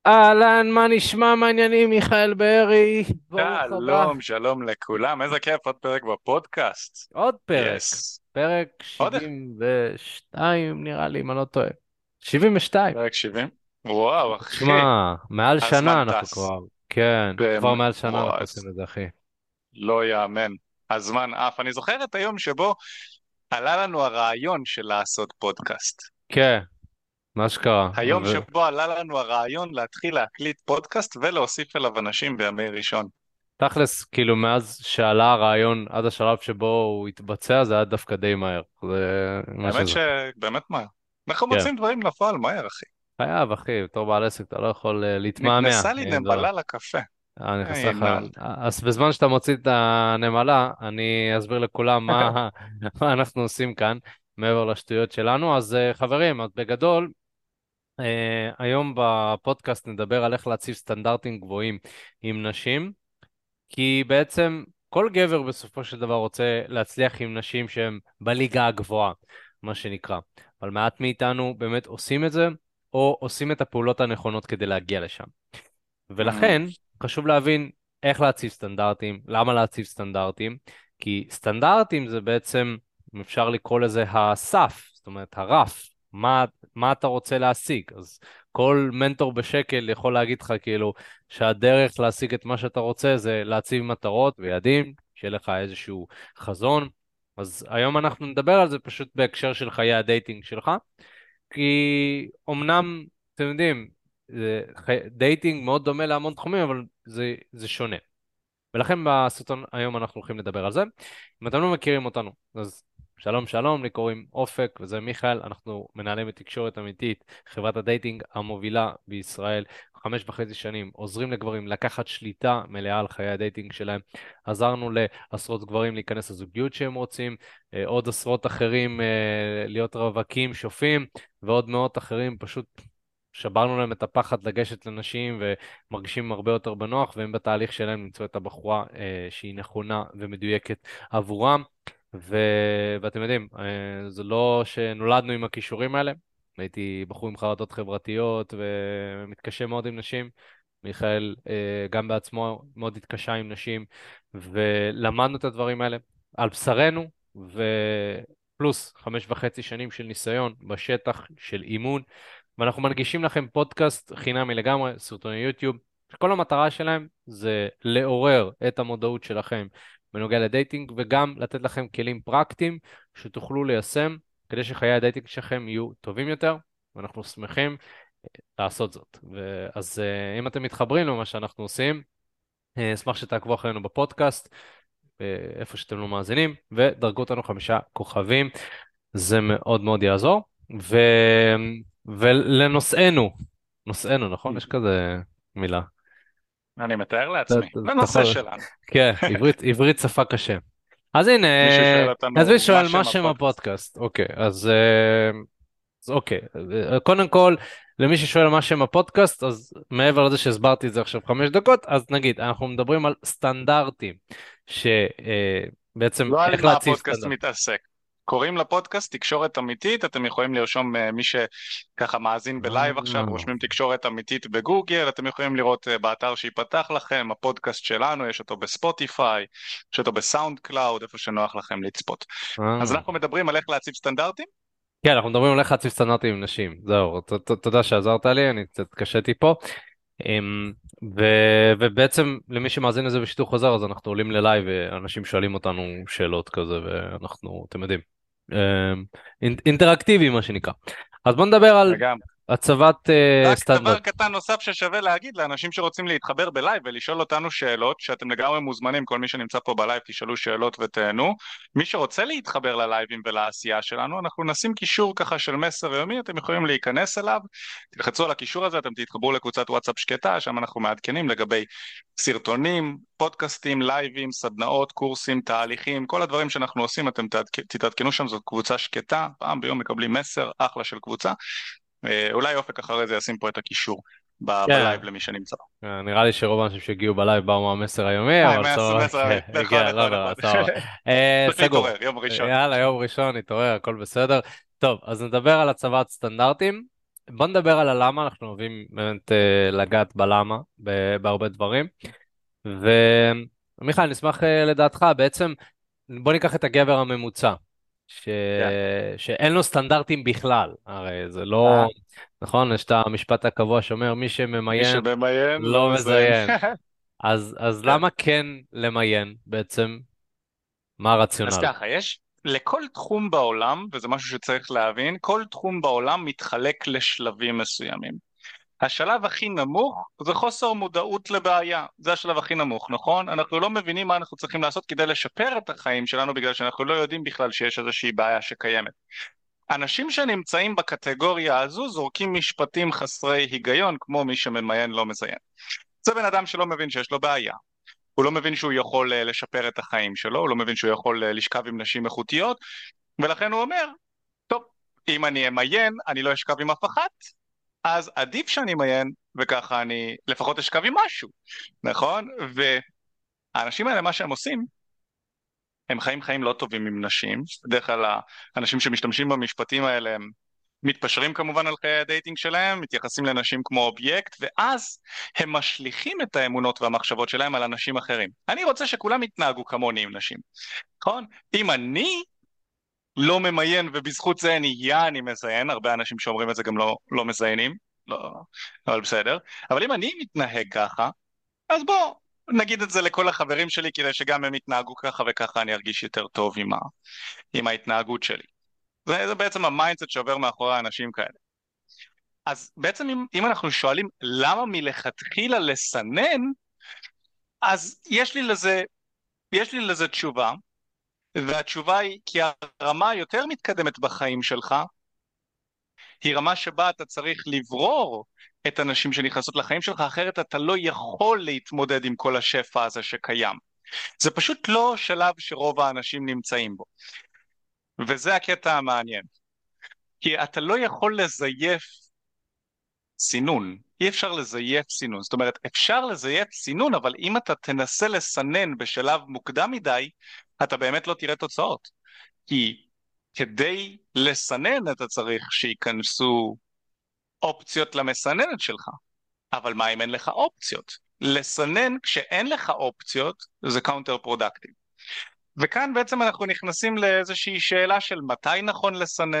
אהלן, מה נשמע? מה העניינים? מיכאל בארי, ברוך הבא. שלום, שלום לכולם, איזה כיף, עוד פרק בפודקאסט. עוד פרק, יס. פרק עוד 72 נראה לי, אם אני לא טועה. 72. פרק 70. וואו, אחי, תשמע, מעל הזמן שנה אנחנו טס. כבר, כן, כבר מעל שנה וואו, אנחנו עושים את זה, אחי. לא יאמן. הזמן עף. אני זוכר את היום שבו עלה לנו הרעיון של לעשות פודקאסט. כן, מה שקרה. היום שבו עלה לנו הרעיון להתחיל להקליט פודקאסט ולהוסיף אליו אנשים בימי ראשון. תכלס, כאילו, מאז שעלה הרעיון עד השלב שבו הוא התבצע, זה היה דווקא די מהר. זה מה האמת שזה. שבאמת מהר. אנחנו כן, מוצאים דברים לפועל מהר, אחי. חייב, אחי, בתור בעל עסק אתה לא יכול להתמהמה. נכנסה לי נמלה לקפה. נכנסה לך. ינעל. אז בזמן שאתה מוציא את הנמלה, אני אסביר לכולם מה אנחנו עושים כאן, מעבר לשטויות שלנו. אז חברים, אז בגדול, היום בפודקאסט נדבר על איך להציב סטנדרטים גבוהים עם נשים, כי בעצם כל גבר בסופו של דבר רוצה להצליח עם נשים שהן בליגה הגבוהה, מה שנקרא. אבל מעט מאיתנו באמת עושים את זה, או עושים את הפעולות הנכונות כדי להגיע לשם. ולכן חשוב להבין איך להציב סטנדרטים, למה להציב סטנדרטים, כי סטנדרטים זה בעצם, אם אפשר לקרוא לזה הסף, זאת אומרת הרף, מה אתה רוצה להשיג. אז כל מנטור בשקל יכול להגיד לך כאילו שהדרך להשיג את מה שאתה רוצה זה להציב מטרות ויעדים, שיהיה לך איזשהו חזון. אז היום אנחנו נדבר על זה פשוט בהקשר של חיי הדייטינג שלך, כי אמנם, אתם יודעים, דייטינג מאוד דומה להמון תחומים, אבל זה שונה. ולכן בסרטון היום אנחנו הולכים לדבר על זה. אם אתם לא מכירים אותנו, אז שלום שלום, לי קוראים אופק וזה מיכאל, אנחנו מנהלים בתקשורת אמיתית, חברת הדייטינג המובילה בישראל, 5.5 שנים, עוזרים לגברים לקחת שליטה מלאה על חיי הדייטינג שלהם, עזרנו לעשרות גברים להיכנס לזוגיות שהם רוצים, עוד עשרות אחרים להיות רווקים, שופים, ועוד מאות אחרים פשוט שברנו להם את הפחד לגשת לנשים ומרגישים הרבה יותר בנוח, והם בתהליך שלהם למצוא את הבחורה שהיא נכונה ומדויקת עבורם. ואתם יודעים, זה לא שנולדנו עם הכישורים האלה. הייתי בחור עם חרדות חברתיות ומתקשה מאוד עם נשים. מיכאל גם בעצמו מאוד התקשה עם נשים, ולמדנו את הדברים האלה על בשרנו, ופלוס 5.5 שנים של ניסיון בשטח של אימון. ואנחנו מנגישים לכם פודקאסט חינמי לגמרי, סרטוני יוטיוב, שכל המטרה שלהם זה לעורר את המודעות שלכם בנוגע לדייטינג, וגם לתת לכם כלים פרקטיים שתוכלו ליישם, כדי שחיי הדייטינג שלכם יהיו טובים יותר, ואנחנו שמחים לעשות זאת. אז אם אתם מתחברים למה שאנחנו עושים, אשמח שתעקבו אחרינו בפודקאסט, איפה שאתם לא מאזינים, ודרגו אותנו 5 כוכבים, זה מאוד מאוד יעזור. ו... ולנושאנו, נושאנו, נכון? יש כזה מילה. אני מתאר לעצמי. אתה לנושא יכול... שלנו. כן, עברית שפה קשה. אז הנה, מישהו שואל אז מי אותנו מה שואל מה שם שם הפודקאסט. הפודקאסט? אוקיי, אז אוקיי. קודם כל, למי ששואל מה שם הפודקאסט, אז מעבר לזה שהסברתי את זה עכשיו 5 דקות, אז נגיד, אנחנו מדברים על סטנדרטים, שבעצם לא על איך מה להציב הפודקאסט סטנדרט. מתעסק. קוראים לפודקאסט תקשורת אמיתית, אתם יכולים לרשום מי שככה מאזין בלייב עכשיו, אה, רושמים תקשורת אמיתית בגוגל, אתם יכולים לראות באתר שיפתח לכם, הפודקאסט שלנו, יש אותו בספוטיפיי, יש אותו בסאונד קלאוד, איפה שנוח לכם לצפות. אז אה. אנחנו מדברים על איך להציב סטנדרטים. כן, אנחנו מדברים על איך להציב סטנדרטים עם נשים. זהו, תודה שעזרת לי, אני קצת התקשיתי פה. אמ, ובעצם למי שמאזין לזה בשידור חוזר, אז אנחנו עולים ללייב ואנשים שואלים אותנו שאלות כזה, ואנחנו, אתם יודעים, אינטראקטיבי מה שנקרא. אז בוא נדבר על וגם הצבת רק דבר סטנדרט. קטן נוסף ששווה להגיד לאנשים שרוצים להתחבר בלייב ולשאול אותנו שאלות, שאתם לגמרי מוזמנים, כל מי שנמצא פה בלייב תשאלו שאלות ותהנו. מי שרוצה להתחבר ללייבים ולעשייה שלנו, אנחנו נשים קישור ככה של מסר יומי, אתם יכולים להיכנס אליו, תלחצו על הקישור הזה, אתם תתחברו לקבוצת וואטסאפ שקטה, שם אנחנו מעדכנים לגבי סרטונים, פודקאסטים, לייבים, סדנאות, קורסים, תהליכים, כל הדברים שאנחנו עושים, אתם תתעדכנו שם, זאת קבוצה שקטה, פעם ביום מקבלים מסר, אחלה של קבוצה. אולי אופק אחרי זה ישים פה את הקישור כן, בלייב למי שנמצא. נראה לי שרוב האנשים שהגיעו בלייב באו מהמסר היומי, אבל סבבה, מסר, כן, נכון, הגיע, לא נכון, נורא, נכון. סבבה. צריך סגור. להתעורר, יום ראשון. יאללה, יום ראשון, נתעורר, הכל בסדר. טוב, אז נדבר על הצבת סטנדרטים. בוא נדבר על הלמה, אנחנו אוהבים באמת לגעת בלמה בהרבה דברים. ומיכאל, נשמח לדעתך, בעצם בוא ניקח את הגבר הממוצע, ש... כן. שאין לו סטנדרטים בכלל, הרי זה אה, לא, נכון? יש את המשפט הקבוע שאומר, מי מי שממיין שממיין לא לא מזיין. מזיין. אז כן. למה כן למיין בעצם? מה אז הרציונל? ככה, יש לכל תחום בעולם, וזה משהו שצריך להבין, כל תחום בעולם מתחלק לשלבים מסוימים. השלב הכי נמוך זה חוסר מודעות לבעיה, זה השלב הכי נמוך, נכון? אנחנו לא מבינים מה אנחנו צריכים לעשות כדי לשפר את החיים שלנו בגלל שאנחנו לא יודעים בכלל שיש איזושהי בעיה שקיימת. אנשים שנמצאים בקטגוריה הזו זורקים משפטים חסרי היגיון כמו מי שממיין לא מזיין. זה בן אדם שלא מבין שיש לו בעיה, הוא לא מבין שהוא יכול לשפר את החיים שלו, הוא לא מבין שהוא יכול לשכב עם נשים איכותיות, ולכן הוא אומר, טוב, אם אני אמיין אני לא אשכב עם אף אחת, אז עדיף שאני אמיין וככה אני לפחות אשכב עם משהו, נכון? והאנשים האלה מה שהם עושים, הם חיים חיים לא טובים עם נשים, בדרך כלל האנשים שמשתמשים במשפטים האלה הם מתפשרים כמובן על חיי הדייטינג שלהם, מתייחסים לנשים כמו אובייקט, ואז הם משליכים את האמונות והמחשבות שלהם על אנשים אחרים. אני רוצה שכולם יתנהגו כמוני עם נשים, נכון? אם אני לא ממיין ובזכות זה אני מזיין, הרבה אנשים שאומרים את זה גם לא מזיינים, לא, אבל בסדר, אבל אם אני מתנהג ככה, אז בוא נגיד את זה לכל החברים שלי כדי שגם הם יתנהגו ככה וככה אני ארגיש יותר טוב עם ההתנהגות שלי. זה בעצם המיינדסט שעובר מאחורי האנשים כאלה. אז בעצם אם אנחנו שואלים למה מלכתחילה לסנן, אז יש לי לזה תשובה, והתשובה היא כי הרמה היותר מתקדמת בחיים שלך היא רמה שבה אתה צריך לברור את הנשים שנכנסות לחיים שלך, אחרת אתה לא יכול להתמודד עם כל השפע הזה שקיים. זה פשוט לא שלב שרוב האנשים נמצאים בו. וזה הקטע המעניין. כי אתה לא יכול לזייף סינון. אי אפשר לזייף סינון. זאת אומרת, אפשר לזייף סינון, אבל אם אתה תנסה לסנן בשלב מוקדם מדי, אתה באמת לא תראה תוצאות. כי כדי לסנן אתה צריך שייכנסו אופציות למסננת שלך. אבל מה אם אין לך אופציות? לסנן כשאין לך אופציות זה קאונטר פרודקטיב. וכאן בעצם אנחנו נכנסים לאיזושהי שאלה של מתי נכון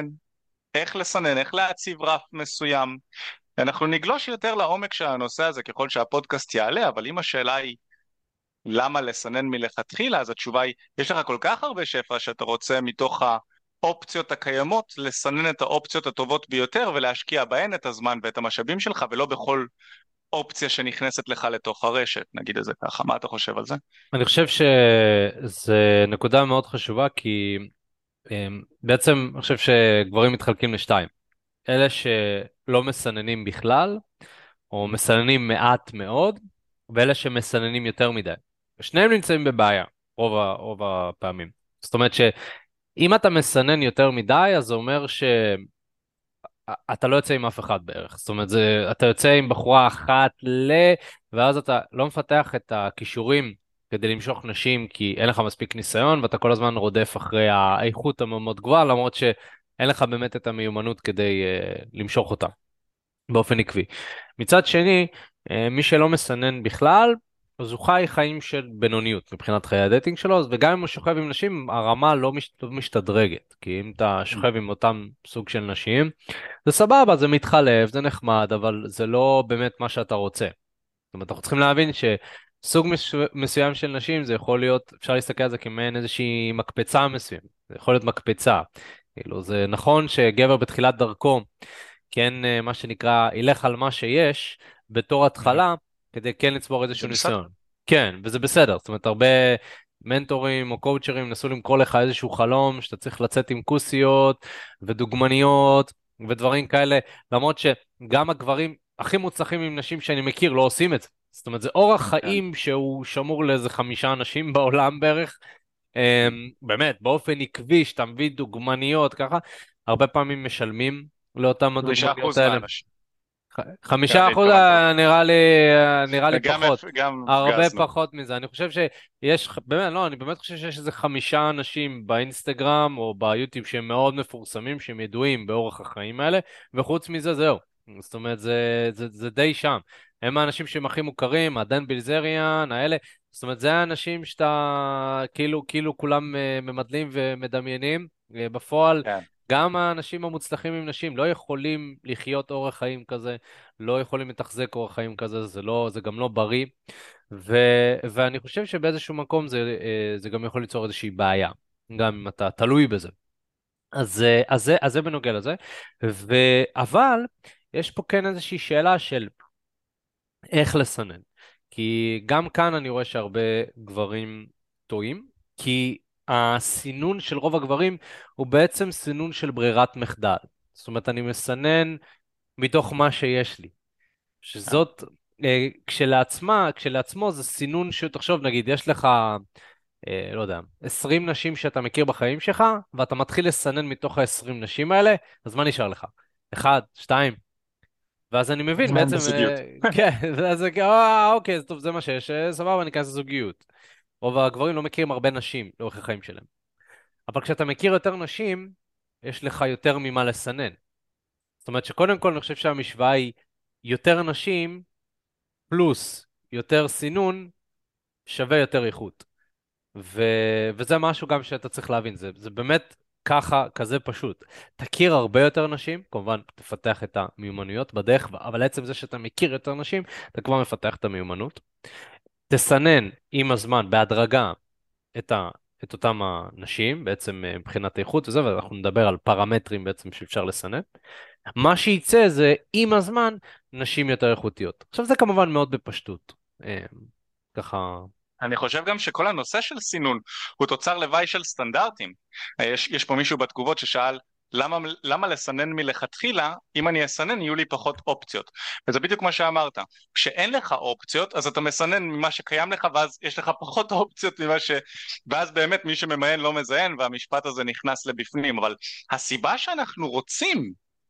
לסנן, איך להציב רף מסוים. אנחנו נגלוש יותר לעומק של הנושא הזה ככל שהפודקאסט יעלה, אבל אם השאלה היא למה לסנן מלכתחילה, אז התשובה היא, יש לך כל כך הרבה שפע שאתה רוצה מתוך האופציות הקיימות, לסנן את האופציות הטובות ביותר ולהשקיע בהן את הזמן ואת המשאבים שלך, ולא בכל אופציה שנכנסת לך לתוך הרשת, נגיד את זה ככה. מה אתה חושב על זה? אני חושב שזה נקודה מאוד חשובה, כי בעצם אני חושב שגברים מתחלקים לשתיים. אלה שלא מסננים בכלל, או מסננים מעט מאוד, ואלה שמסננים יותר מדי. שניהם נמצאים בבעיה, רוב הפעמים. זאת אומרת שאם אתה מסנן יותר מדי, אז זה אומר שאתה לא יוצא עם אף אחד בערך. זאת אומרת, אתה יוצא עם בחורה אחת ואז אתה לא מפתח את הכישורים כדי למשוך נשים, כי אין לך מספיק ניסיון, ואתה כל הזמן רודף אחרי האיכות המאוד גבוהה, למרות שאין לך באמת את המיומנות כדי למשוך אותה. באופן עקבי. מצד שני, מי שלא מסנן בכלל, אז הוא חי חיים של בינוניות מבחינת חיי הדייטינג שלו, וגם אם הוא שוכב עם נשים, הרמה לא משתדרגת. כי אם אתה שוכב עם אותם סוג של נשים, זה סבבה, זה מתחלף, זה נחמד, אבל זה לא באמת מה שאתה רוצה. זאת אומרת, אנחנו צריכים להבין שסוג מסוים של נשים, זה יכול להיות, אפשר להסתכל על זה כמעין איזושהי מקפצה מסוימת. זה יכול להיות מקפצה. כאילו, זה נכון שגבר בתחילת דרכו, כן, מה שנקרא, ילך על מה שיש בתור התחלה, כדי כן לצבור זה איזשהו בסדר. ניסיון. כן, וזה בסדר. זאת אומרת, הרבה מנטורים או קואוצ'רים נסו למכור לך איזשהו חלום, שאתה צריך לצאת עם כוסיות ודוגמניות ודברים כאלה, למרות שגם הגברים הכי מוצלחים עם נשים שאני מכיר לא עושים את זה. זאת אומרת, זה אורח כן. חיים שהוא שמור לאיזה 5 אנשים בעולם בערך. באמת, באופן עקבי, שאתה מביא דוגמניות ככה, הרבה פעמים משלמים לאותם הדוגמניות 5% האלה. מהאנשים. כן, 5% התכוונת. נראה לי פחות, גם הרבה הפגזנו. פחות מזה. אני חושב שיש, באמת, לא, אני באמת חושב שיש איזה 5 אנשים באינסטגרם או ביוטיוב שהם מאוד מפורסמים, שהם ידועים באורח החיים האלה, וחוץ מזה זהו. זאת אומרת, זה די שם. הם האנשים שהם הכי מוכרים, הדן בילזריאן, האלה. זאת אומרת, זה האנשים שאתה, כאילו כולם ממדלים ומדמיינים. בפועל, כן. גם האנשים המוצלחים עם נשים לא יכולים לחיות אורח חיים כזה, לא יכולים לתחזק אורח חיים כזה, זה גם לא בריא. ואני חושב שבאיזשהו מקום זה גם יכול ליצור איזושהי בעיה, גם אם אתה תלוי בזה. אז זה בנוגע לזה. אבל יש פה כן איזושהי שאלה של איך לסנן. כי גם כאן אני רואה שהרבה גברים טועים, כי הסינון של רוב הגברים הוא בעצם סינון של ברירת מחדל. זאת אומרת, אני מסנן מתוך מה שיש לי. כן. שזאת, כשלעצמו זה סינון שתחשוב, נגיד, יש לך לא יודע, 20 נשים שאתה מכיר בחיים שלך, ואתה מתחיל לסנן מתוך ה-20 נשים האלה, אז מה נשאר לך? אחד, שתיים. ואז אני מבין, אין בעצם, בזוגיות. כן, ואז זה כאילו, אוקיי, אז טוב, זה מה שיש, סבבה, אני אכנס לזוגיות. רוב הגברים לא מכירים הרבה נשים לאורך החיים שלהם. אבל כשאתה מכיר יותר נשים, יש לך יותר ממה לסנן. זאת אומרת שקודם כל אני חושב שהמשוואה היא יותר נשים פלוס יותר סינון שווה יותר איכות. וזה משהו גם שאתה צריך להבין, זה באמת ככה, כזה פשוט. תכיר הרבה יותר נשים, כמובן תפתח את המיומנויות בדרך, אבל עצם זה שאתה מכיר יותר נשים, אתה כבר מפתח את המיומנות. תסנן עם הזמן, בהדרגה, את אותם הנשים, בעצם מבחינת איכות וזה, ואנחנו נדבר על פרמטרים בעצם שאפשר לסנן. מה שייצא זה עם הזמן נשים יותר איכותיות. עכשיו זה כמובן מאוד בפשטות. ככה, אני חושב גם שכל הנושא של סינון הוא תוצר לוואי של סטנדרטים. יש פה מישהו בתגובות ששאל למה לסנן מלכתחילה, אם אני אסנן יהיו לי פחות אופציות. וזה בדיוק מה שאמרת, כשאין לך אופציות אז אתה מסנן ממה שקיים לך ואז יש לך פחות אופציות ואז באמת מי שממיין לא מזיין והמשפט הזה נכנס לבפנים. אבל הסיבה שאנחנו רוצים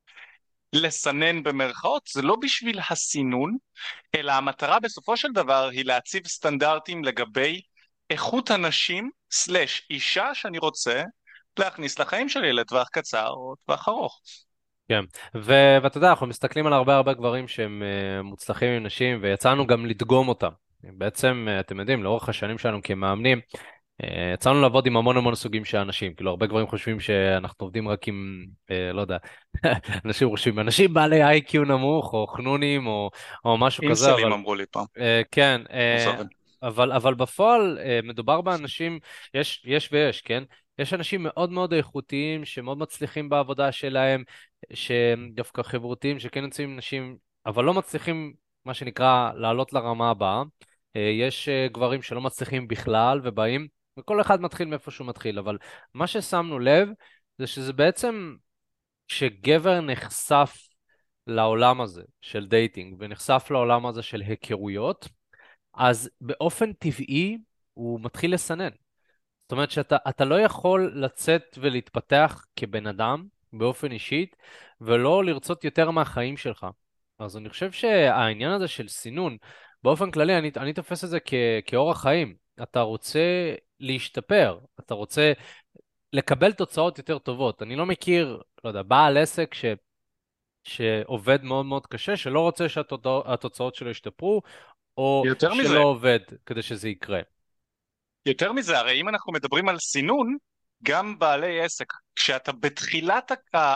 לסנן במרכאות זה לא בשביל הסינון, אלא המטרה בסופו של דבר היא להציב סטנדרטים לגבי איכות אנשים סלש אישה שאני רוצה להכניס לחיים שלי לטווח קצר או טווח ארוך. כן, ואתה יודע, אנחנו מסתכלים על הרבה גברים שהם מוצלחים עם נשים, ויצאנו גם לדגום אותם. בעצם, אתם יודעים, לאורך השנים שלנו כמאמנים, יצאנו לעבוד עם המון סוגים של אנשים. כאילו, הרבה גברים חושבים שאנחנו עובדים רק עם, לא יודע, אנשים חושבים, אנשים בעלי איי-קיו נמוך, או חנונים, או משהו כזה, אינסלים אבל אמרו לי פעם. כן, זה עובד. אבל בפועל מדובר באנשים, יש, כן? יש אנשים מאוד איכותיים, שמאוד מצליחים בעבודה שלהם, שהם דווקא חברותיים, שכן יוצאים עם נשים, אבל לא מצליחים, מה שנקרא, לעלות לרמה הבאה. יש גברים שלא מצליחים בכלל ובאים, וכל אחד מתחיל מאיפה שהוא מתחיל, אבל מה ששמנו לב, זה שזה בעצם, כשגבר נחשף לעולם הזה של דייטינג, ונחשף לעולם הזה של היכרויות, אז באופן טבעי הוא מתחיל לסנן. זאת אומרת שאתה לא יכול לצאת ולהתפתח כבן אדם באופן אישית, ולא לרצות יותר מהחיים שלך. אז אני חושב שהעניין הזה של סינון, באופן כללי, אני תופס את זה כאורח חיים. אתה רוצה להשתפר, אתה רוצה לקבל תוצאות יותר טובות. אני לא מכיר, לא יודע, בעל עסק שעובד מאוד קשה, שלא רוצה שהתוצאות שלו ישתפרו, או יותר שלא מזה, עובד כדי שזה יקרה. יותר מזה, הרי אם אנחנו מדברים על סינון, גם בעלי עסק, כשאתה בתחילת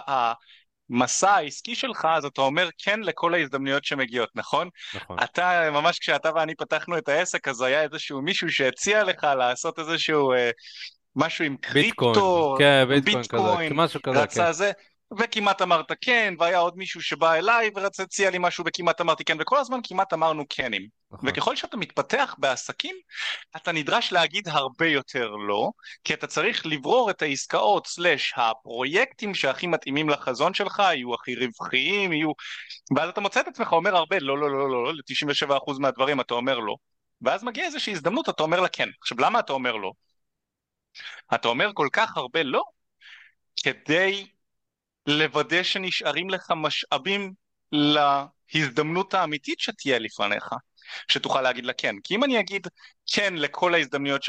המסע העסקי שלך, אז אתה אומר כן לכל ההזדמנויות שמגיעות, נכון? נכון. אתה, ממש כשאתה ואני פתחנו את העסק, אז היה איזשהו מישהו שהציע לך לעשות איזשהו משהו עם ביטקוין, קריפטו, כן, ביטקוין כזה, ביטקוין, משהו כזה, כן. רצה זה, וכמעט אמרת כן, והיה עוד מישהו שבא אליי ורצה להציע לי משהו וכמעט אמרתי כן, וכל הזמן כמעט אמרנו כנים. נכון. וככל שאתה מתפתח בעסקים, אתה נדרש להגיד הרבה יותר לא, כי אתה צריך לברור את העסקאות סלש הפרויקטים שהכי מתאימים לחזון שלך, יהיו הכי רווחיים, יהיו... ואז אתה מוצא את עצמך אומר הרבה לא, ל-97% מהדברים אתה אומר לא, ואז מגיעה איזושהי הזדמנות, אתה אומר לה כן. עכשיו, למה אתה אומר לא? אתה אומר כל כך הרבה לא, כדי לוודא שנשארים לך משאבים להזדמנות האמיתית שתהיה לפניך, שתוכל להגיד לה כן. כי אם אני אגיד כן לכל ההזדמנויות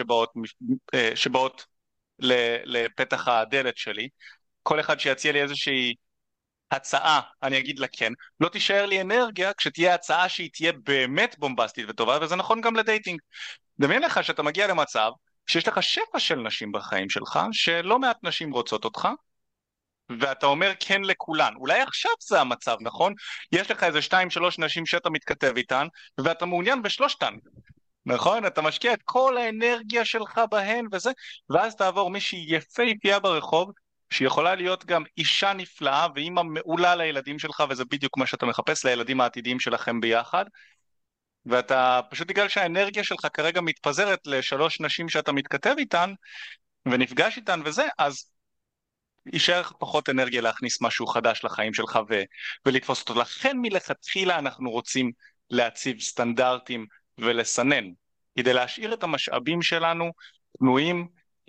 שבאות לפתח הדלת שלי, כל אחד שיציע לי איזושהי הצעה, אני אגיד לה כן, לא תישאר לי אנרגיה כשתהיה הצעה שהיא תהיה באמת בומבסטית וטובה, וזה נכון גם לדייטינג. דמיין לך שאתה מגיע למצב שיש לך שפע של נשים בחיים שלך, שלא מעט נשים רוצות אותך, ואתה אומר כן לכולן. אולי עכשיו זה המצב, נכון? יש לך איזה שתיים שלוש נשים שאתה מתכתב איתן, ואתה מעוניין בשלושתן. נכון? אתה משקיע את כל האנרגיה שלך בהן וזה, ואז תעבור מישהי יפהפייה ברחוב, שיכולה להיות גם אישה נפלאה ואימא מעולה לילדים שלך, וזה בדיוק מה שאתה מחפש לילדים העתידיים שלכם ביחד, ואתה פשוט בגלל שהאנרגיה שלך כרגע מתפזרת לשלוש נשים שאתה מתכתב איתן, ונפגש איתן וזה, אז יישאר לך פחות אנרגיה להכניס משהו חדש לחיים שלך ולתפוס אותו. לכן מלכתחילה אנחנו רוצים להציב סטנדרטים ולסנן, כדי להשאיר את המשאבים שלנו פנויים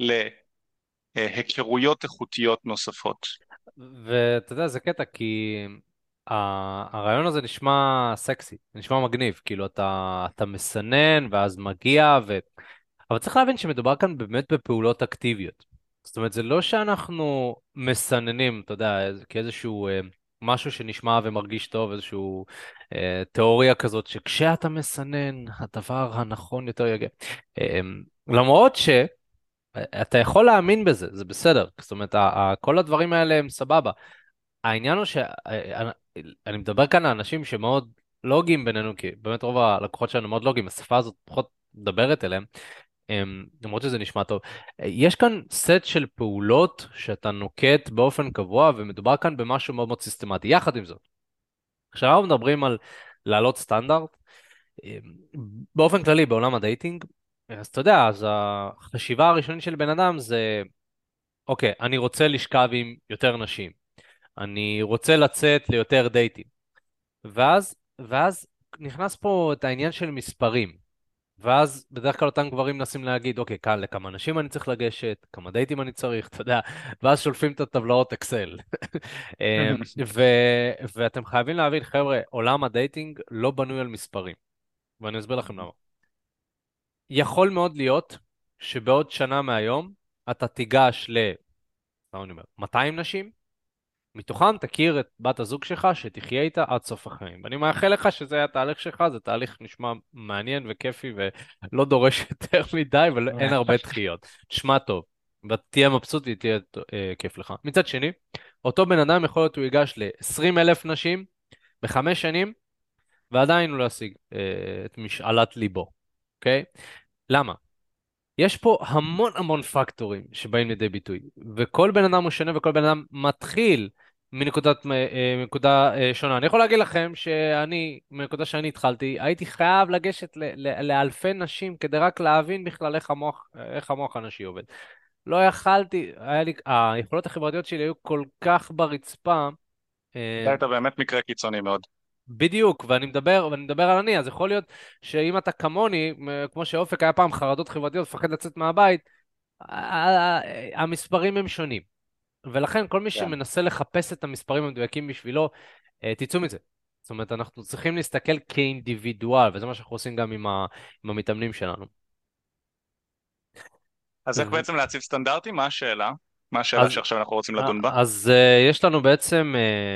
להיכרויות איכותיות נוספות. ואתה יודע, זה קטע, כי הרעיון הזה נשמע סקסי, נשמע מגניב, כאילו אתה מסנן ואז מגיע, אבל צריך להבין שמדובר כאן באמת בפעולות אקטיביות. זאת אומרת, זה לא שאנחנו מסננים, אתה יודע, כאיזשהו משהו שנשמע ומרגיש טוב, איזשהו תיאוריה כזאת, שכשאתה מסנן, הדבר הנכון יותר יגיע. למרות שאתה יכול להאמין בזה, זה בסדר. זאת אומרת, כל הדברים האלה הם סבבה. העניין הוא שאני מדבר כאן על אנשים שמאוד לוגיים בינינו, כי באמת רוב הלקוחות שלנו מאוד לוגיים, השפה הזאת פחות מדברת אליהם. למרות שזה נשמע טוב. יש כאן סט של פעולות שאתה נוקט באופן קבוע, ומדובר כאן במשהו מאוד מאוד סיסטמטי. יחד עם זאת, כשאנחנו מדברים על להעלות סטנדרט, באופן כללי בעולם הדייטינג, אז אתה יודע, אז החשיבה הראשונית של בן אדם זה, אוקיי, אני רוצה לשכב עם יותר נשים, אני רוצה לצאת ליותר דייטים, ואז נכנס פה את העניין של מספרים. ואז בדרך כלל אותם גברים מנסים להגיד, אוקיי, כאן לכמה אנשים אני צריך לגשת, כמה דייטים אני צריך, אתה יודע, ואז שולפים את הטבלאות אקסל. ואתם חייבים להבין, חבר'ה, עולם הדייטינג לא בנוי על מספרים, ואני אסביר לכם למה. יכול מאוד להיות שבעוד שנה מהיום אתה תיגש מה אני אומר, 200 נשים, מתוכם תכיר את בת הזוג שלך שתחיה איתה עד סוף החיים. ואני מאחל לך שזה היה התהליך שלך, זה תהליך נשמע מעניין וכיפי ולא דורש יותר מדי ואין הרבה דחיות. תשמע טוב, ותהיה מבסוט ותהיה כיף לך. מצד שני, אותו בן אדם יכול להיות הוא ייגש ל-20,000 נשים בחמש שנים, ועדיין הוא לא ישיג את משאלת ליבו, אוקיי? למה? יש פה המון המון פקטורים שבאים לידי ביטוי, וכל בן אדם הוא שונה וכל בן אדם מתחיל מנקודה שונה. אני יכול להגיד לכם שאני, מנקודה שאני התחלתי, הייתי חייב לגשת לאלפי נשים כדי רק להבין בכלל איך המוח הנשי עובד. לא יכלתי, היכולות החברתיות שלי היו כל כך ברצפה. אתה היית באמת מקרה קיצוני מאוד. בדיוק, ואני מדבר על אני, אז יכול להיות שאם אתה כמוני, כמו שאופק היה פעם חרדות חברתיות, מפחד לצאת מהבית, המספרים הם שונים. ולכן כל מי כן. שמנסה לחפש את המספרים המדויקים בשבילו, תצאו מזה. זאת אומרת, אנחנו צריכים להסתכל כאינדיבידואל, וזה מה שאנחנו עושים גם עם המתאמנים שלנו. אז איך בעצם להציב סטנדרטים? מה השאלה? מה השאלה אז, שעכשיו אנחנו רוצים לדון בה? יש לנו בעצם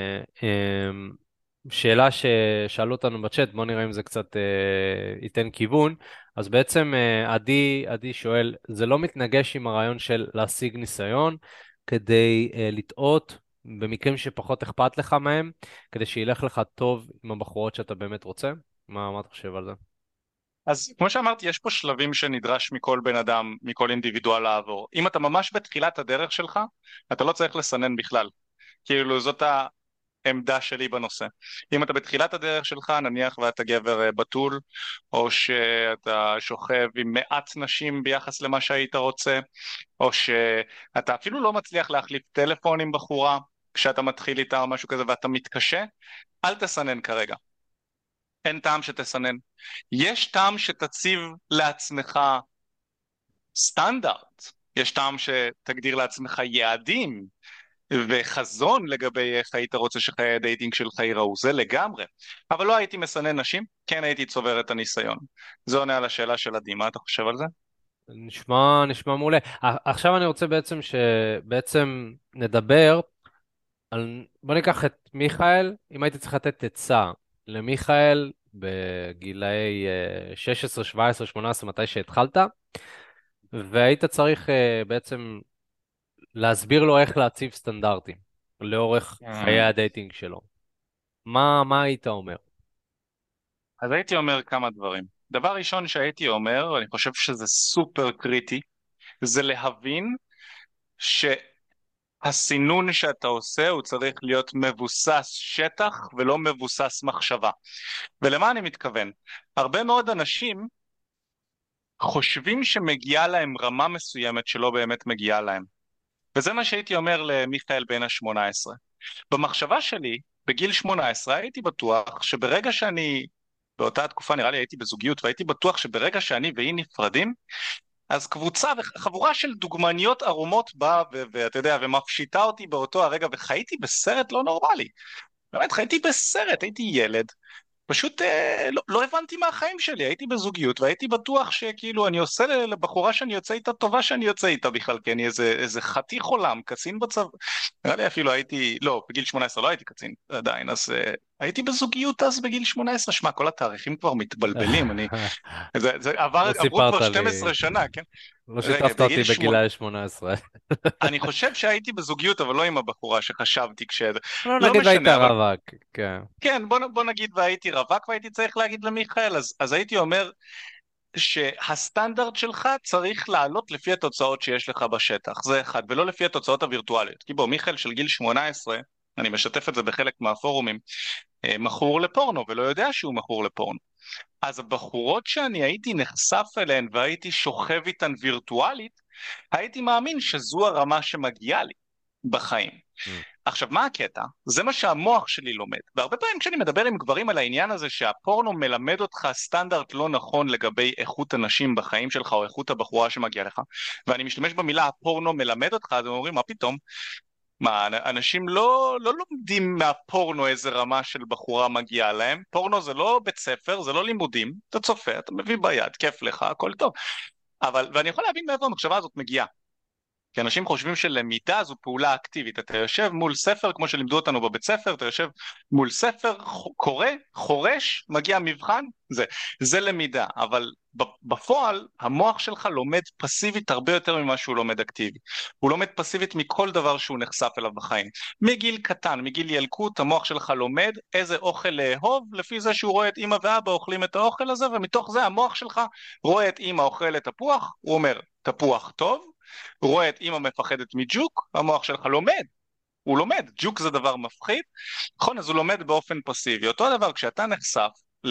שאלה ששאלו אותנו בצ'אט, בואו נראה אם זה קצת ייתן כיוון. אז בעצם עדי שואל, זה לא מתנגש עם הרעיון של להשיג ניסיון כדי לטעות במקרים שפחות אכפת לך מהם, כדי שילך לך טוב עם הבחורות שאתה באמת רוצה? מה אתה חושב על זה? אז כמו שאמרתי, יש פה שלבים שנדרש מכל בן אדם, מכל אינדיבידואל לעבור. אם אתה ממש בתחילת הדרך שלך, אתה לא צריך לסנן בכלל. כאילו זאת העמדה שלי בנושא. אם אתה בתחילת הדרך שלך, נניח ואתה גבר בתול, או שאתה שוכב עם מעט נשים ביחס למה שהיית רוצה, או שאתה אפילו לא מצליח להחליף טלפון עם בחורה כשאתה מתחיל איתה או משהו כזה ואתה מתקשה, אל תסנן כרגע. אין טעם שתסנן. יש טעם שתציב לעצמך סטנדרט, יש טעם שתגדיר לעצמך יעדים וחזון לגבי איך היית רוצה שחיי הדייטינג שלך ייראו, זה לגמרי. אבל לא הייתי מסנן נשים, כן הייתי צובר את הניסיון. זה עונה על השאלה של עדי, מה אתה חושב על זה? נשמע מעולה. עכשיו אני רוצה בעצם נדבר בוא ניקח את מיכאל, אם הייתי צריך לתת עצה למיכאל בגילאי 16, 17, 18, מתי שהתחלת, והיית צריך בעצם להסביר לו איך להציב סטנדרטים לאורך חיי Mm. הדייטינג שלו. מה היית אומר? אז הייתי אומר כמה דברים. דבר ראשון שהייתי אומר, ואני חושב שזה סופר קריטי, זה להבין שהסינון שאתה עושה הוא צריך להיות מבוסס שטח ולא מבוסס מחשבה. ולמה אני מתכוון? הרבה מאוד אנשים חושבים שמגיעה להם רמה מסוימת שלא באמת מגיעה להם. וזה מה שהייתי אומר למיכאל בן ה-18. במחשבה שלי, בגיל 18, הייתי בטוח שברגע שאני, באותה תקופה נראה לי הייתי בזוגיות, והייתי בטוח שברגע שאני והיא נפרדים, אז קבוצה וחבורה של דוגמניות ערומות באה, ואתה יודע, ומפשיטה אותי באותו הרגע, וחייתי בסרט לא נורמלי. באמת, חייתי בסרט, הייתי ילד. פשוט לא הבנתי מהחיים שלי, הייתי בזוגיות והייתי בטוח שכאילו אני עושה לבחורה שאני יוצא איתה טובה שאני יוצא איתה בכלל, כי אני איזה חתיך עולם, קצין בצבא, נראה לי אפילו הייתי, לא, בגיל 18 לא הייתי קצין עדיין, אז הייתי בזוגיות אז בגיל 18, שמע, כל התאריכים כבר מתבלבלים, לא עברו סיפרת כבר לי, 12 שנה, כן? לא רגע, שיתפת אותי בגילאי 18. אני חושב שהייתי בזוגיות, אבל לא עם הבחורה שחשבתי לא לא נגיד והיית משנה, אבל רווק, כן. כן, בוא נגיד והייתי רווק והייתי צריך להגיד למיכאל, אז הייתי אומר שהסטנדרט שלך צריך לעלות לפי התוצאות שיש לך בשטח, זה אחד, ולא לפי התוצאות הווירטואליות. כי בוא, מיכאל של גיל 18, אני משתף את זה בחלק מהפורומים, מכור לפורנו ולא יודע שהוא מכור לפורנו. אז הבחורות שאני הייתי נחשף אליהן והייתי שוכב איתן וירטואלית, הייתי מאמין שזו הרמה שמגיעה לי בחיים. Mm. עכשיו, מה הקטע? זה מה שהמוח שלי לומד. והרבה פעמים כשאני מדבר עם גברים על העניין הזה שהפורנו מלמד אותך סטנדרט לא נכון לגבי איכות הנשים בחיים שלך או איכות הבחורה שמגיעה לך, ואני משתמש במילה הפורנו מלמד אותך, אז הם אומרים, מה פתאום? מה, אנשים לא לומדים מהפורנו איזה רמה של בחורה מגיעה להם. פורנו זה לא בית ספר, זה לא לימודים. אתה צופה, אתה מביא ביד, כיף לך, הכל טוב. ואני יכול להבין מאיפה המחשבה הזאת מגיעה. כי אנשים חושבים שלמידה זו פעולה אקטיבית, אתה יושב מול ספר כמו שלימדו אותנו בבית ספר, אתה יושב מול ספר, קורא, חורש, מגיע מבחן, זה למידה, אבל בפועל המוח שלך לומד פסיבית הרבה יותר ממה שהוא לומד אקטיבי, הוא לומד פסיבית מכל דבר שהוא נחשף אליו בחיים, מגיל קטן, מגיל ילקוט, המוח שלך לומד איזה אוכל לאהוב, לפי זה שהוא רואה את אמא ואבא אוכלים את האוכל הזה, ומתוך זה המוח שלך רואה את אמא אוכלת תפוח, הוא אומר תפוח טוב, הוא רואה את אמא מפחדת מג'וק, המוח שלך לומד, הוא לומד, ג'וק זה דבר מפחיד, נכון, אז הוא לומד באופן פסיבי. אותו דבר כשאתה נחשף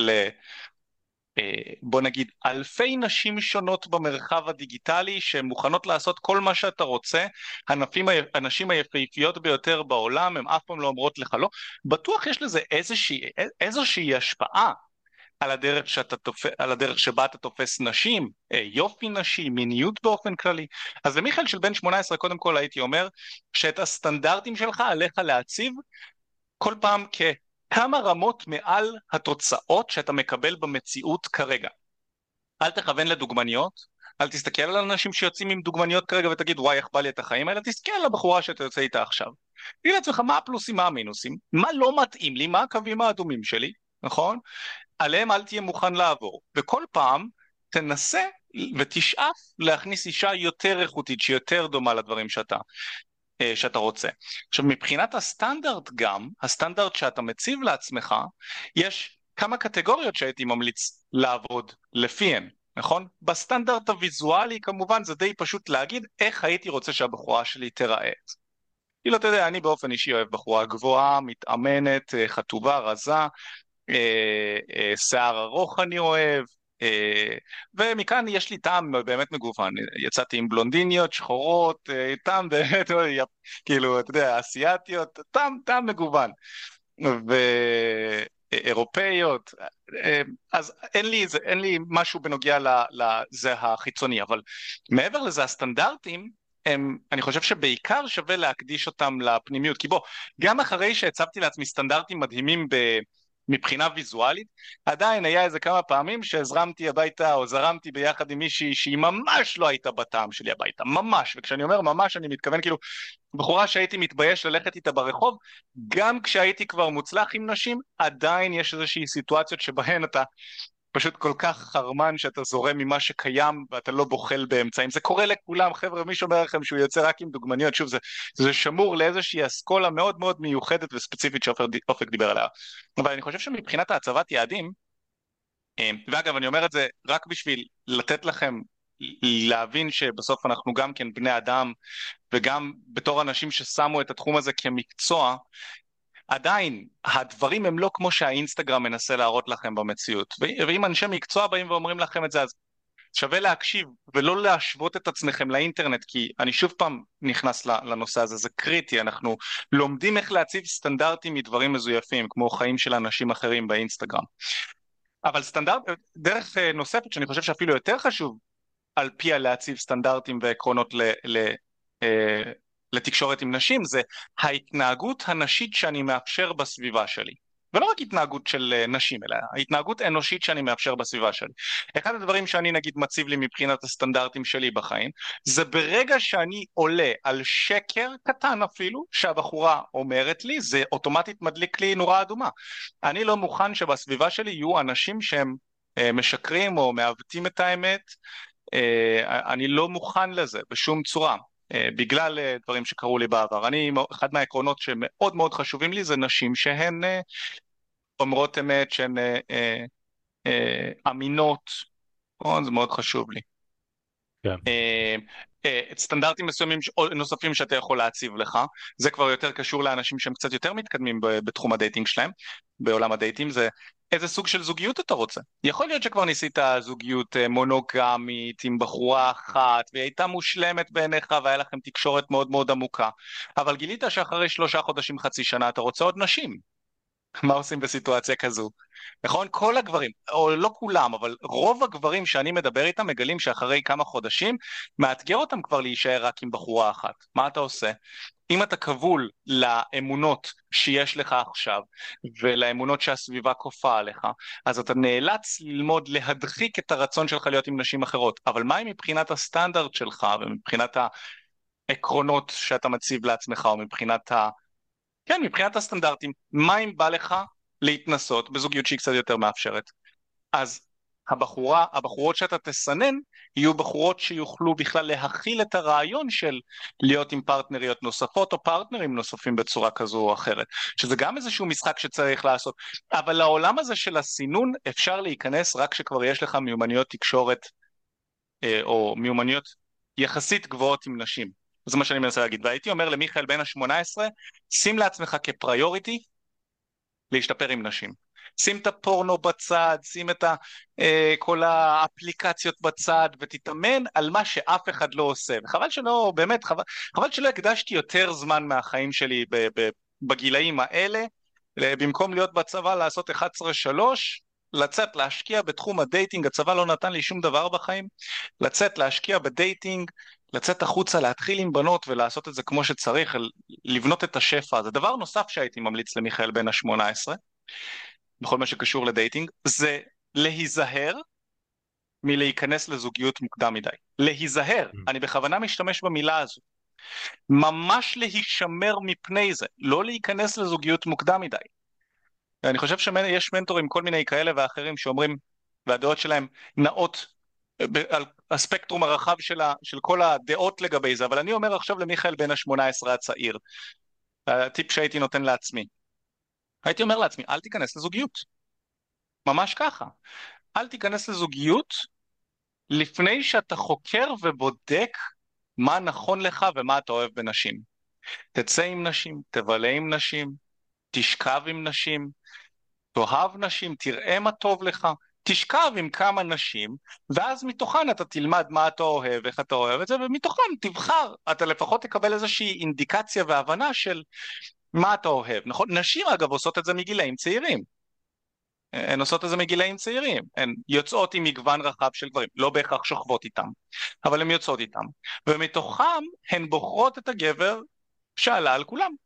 בוא נגיד אלפי נשים שונות במרחב הדיגיטלי שהן מוכנות לעשות כל מה שאתה רוצה, הנשים היפהפיות ביותר בעולם, הן אף פעם לא אומרות לך לא, בטוח יש לזה איזושהי השפעה על הדרך שבה אתה תופס נשים, יופי נשי, מיניות באופן כללי. אז למיכאל של בן 18 קודם כל הייתי אומר שאת הסטנדרטים שלך עליך להציב כל פעם כמה רמות מעל התוצאות שאתה מקבל במציאות כרגע. אל תכוון לדוגמניות, אל תסתכל על אנשים שיוצאים עם דוגמניות כרגע ותגיד וואי איך בא לי את החיים האלה, תסתכל על הבחורה שאתה יוצא איתה עכשיו. תגיד לעצמך מה הפלוסים, מה המינוסים, מה לא מתאים לי, מה הקווים האדומים שלי, נכון? עליהם אל תהיה מוכן לעבור, וכל פעם תנסה ותשאף להכניס אישה יותר איכותית, שיותר דומה לדברים שאתה רוצה. עכשיו מבחינת הסטנדרט גם, הסטנדרט שאתה מציב לעצמך, יש כמה קטגוריות שהייתי ממליץ לעבוד לפיהן, נכון? בסטנדרט הוויזואלי כמובן זה די פשוט להגיד איך הייתי רוצה שהבחורה שלי תיראה. כאילו אתה יודע, אני באופן אישי אוהב בחורה גבוהה, מתאמנת, חטובה, רזה, שיער ארוך אני אוהב, ומכאן יש לי טעם באמת מגוון, יצאתי עם בלונדיניות, שחורות, טעם באמת, כאילו, אתה יודע, אסיאתיות, טעם מגוון, ואירופאיות, אז אין לי משהו בנוגע לזה החיצוני, אבל מעבר לזה הסטנדרטים, אני חושב שבעיקר שווה להקדיש אותם לפנימיות, כי בוא, גם אחרי שהצבתי לעצמי סטנדרטים מדהימים מבחינה ויזואלית, עדיין היה איזה כמה פעמים שהזרמתי הביתה או זרמתי ביחד עם מישהי שהיא ממש לא הייתה בטעם שלי הביתה, ממש, וכשאני אומר ממש אני מתכוון כאילו בחורה שהייתי מתבייש ללכת איתה ברחוב, גם כשהייתי כבר מוצלח עם נשים, עדיין יש איזושהי סיטואציות שבהן אתה פשוט כל כך חרמן שאתה זורם ממה שקיים ואתה לא בוחל באמצעים. זה קורה לכולם, חבר'ה, מי שאומר לכם שהוא יוצא רק עם דוגמניות, שוב, זה שמור לאיזושהי אסכולה מאוד מאוד מיוחדת וספציפית שאופק דיבר עליה. אבל אני חושב שמבחינת ההצבת יעדים, ואגב, אני אומר את זה רק בשביל לתת לכם להבין שבסוף אנחנו גם כן בני אדם, וגם בתור אנשים ששמו את התחום הזה כמקצוע, עדיין הדברים הם לא כמו שהאינסטגרם מנסה להראות לכם במציאות. ואם אנשי מקצוע באים ואומרים לכם את זה, אז שווה להקשיב ולא להשוות את עצמכם לאינטרנט, כי אני שוב פעם נכנס לנושא הזה, זה קריטי, אנחנו לומדים איך להציב סטנדרטים מדברים מזויפים, כמו חיים של אנשים אחרים באינסטגרם. אבל סטנדרט, דרך נוספת שאני חושב שאפילו יותר חשוב על פיה להציב סטנדרטים ועקרונות לתקשורת עם נשים, זה ההתנהגות הנשית שאני מאפשר בסביבה שלי. ולא רק התנהגות של נשים, אלא ההתנהגות האנושית שאני מאפשר בסביבה שלי. אחד הדברים שאני נגיד מציב לי מבחינת הסטנדרטים שלי בחיים, זה ברגע שאני עולה על שקר קטן אפילו, שהבחורה אומרת לי, זה אוטומטית מדליק לי נורה אדומה. אני לא מוכן שבסביבה שלי יהיו אנשים שהם משקרים או מעוותים את האמת, אני לא מוכן לזה בשום צורה. בגלל דברים שקרו לי בעבר. אחד מהעקרונות שמאוד מאוד חשובים לי זה נשים שהן אומרות אמת, שהן אמינות, זה מאוד חשוב לי. כן. סטנדרטים מסוימים נוספים שאתה יכול להציב לך, זה כבר יותר קשור לאנשים שהם קצת יותר מתקדמים בתחום הדייטינג שלהם, בעולם הדייטים, זה איזה סוג של זוגיות אתה רוצה. יכול להיות שכבר ניסית זוגיות מונוגמית עם בחורה אחת, והיא הייתה מושלמת בעיניך והיה לכם תקשורת מאוד מאוד עמוקה, אבל גילית שאחרי 3 חודשים חצי שנה אתה רוצה עוד נשים. מה עושים בסיטואציה כזו? נכון? כל הגברים, או לא כולם, אבל רוב הגברים שאני מדבר איתם מגלים שאחרי כמה חודשים מאתגר אותם כבר להישאר רק עם בחורה אחת. מה אתה עושה? אם אתה כבול לאמונות שיש לך עכשיו ולאמונות שהסביבה כופה עליך, אז אתה נאלץ ללמוד להדחיק את הרצון שלך להיות עם נשים אחרות. אבל מה אם מבחינת הסטנדרט שלך ומבחינת העקרונות שאתה מציב לעצמך או מבחינת כן, מבחינת הסטנדרטים, מה אם בא לך להתנסות בזוגיות שהיא קצת יותר מאפשרת? אז הבחורות שאתה תסנן, יהיו בחורות שיוכלו בכלל להכיל את הרעיון של להיות עם פרטנריות נוספות, או פרטנרים נוספים בצורה כזו או אחרת, שזה גם איזשהו משחק שצריך לעשות, אבל לעולם הזה של הסינון אפשר להיכנס רק כשכבר יש לך מיומנויות תקשורת, או מיומנויות יחסית גבוהות עם נשים. זה מה שאני מנסה להגיד, והייתי אומר למיכאל בן ה-18, שים לעצמך כפריוריטי להשתפר עם נשים. שים את הפורנו בצד, שים את כל האפליקציות בצד, ותתאמן על מה שאף אחד לא עושה. וחבל שלא, באמת, חבל שלא הקדשתי יותר זמן מהחיים שלי בגילאים האלה, במקום להיות בצבא לעשות 11-3, לצאת להשקיע בתחום הדייטינג, הצבא לא נתן לי שום דבר בחיים, לצאת להשקיע בדייטינג, לצאת החוצה, להתחיל עם בנות ולעשות את זה כמו שצריך, לבנות את השפע. זה דבר נוסף שהייתי ממליץ למיכאל בן ה-18, בכל מה שקשור לדייטינג, זה להיזהר מלהיכנס לזוגיות מוקדם מדי. להיזהר, אני בכוונה משתמש במילה הזו. ממש להישמר מפני זה, לא להיכנס לזוגיות מוקדם מדי. אני חושב שיש מנטורים כל מיני כאלה ואחרים שאומרים, והדעות שלהם נעות על הספקטרום הרחב של כל הדעות לגבי זה, אבל אני אומר עכשיו למיכאל בן ה-18 הצעיר, הטיפ שהייתי נותן לעצמי, הייתי אומר לעצמי, אל תיכנס לזוגיות. ממש ככה. אל תיכנס לזוגיות לפני שאתה חוקר ובודק מה נכון לך ומה אתה אוהב בנשים. תצא עם נשים, תבלה עם נשים, תשכב עם נשים, תאהב נשים, תראה מה טוב לך, תשכב עם כמה נשים, ואז מתוכן אתה תלמד מה אתה אוהב, איך אתה אוהב את זה, ומתוכן תבחר, אתה לפחות תקבל איזושהי אינדיקציה והבנה של מה אתה אוהב. נכון? נשים אגב עושות את זה מגילאים צעירים. הן עושות את זה מגילאים צעירים, הן יוצאות עם מגוון רחב של גברים, לא בהכרח שוכבות איתם, אבל הן יוצאות איתם, ומתוכם הן בוחרות את הגבר שעלה על כולם.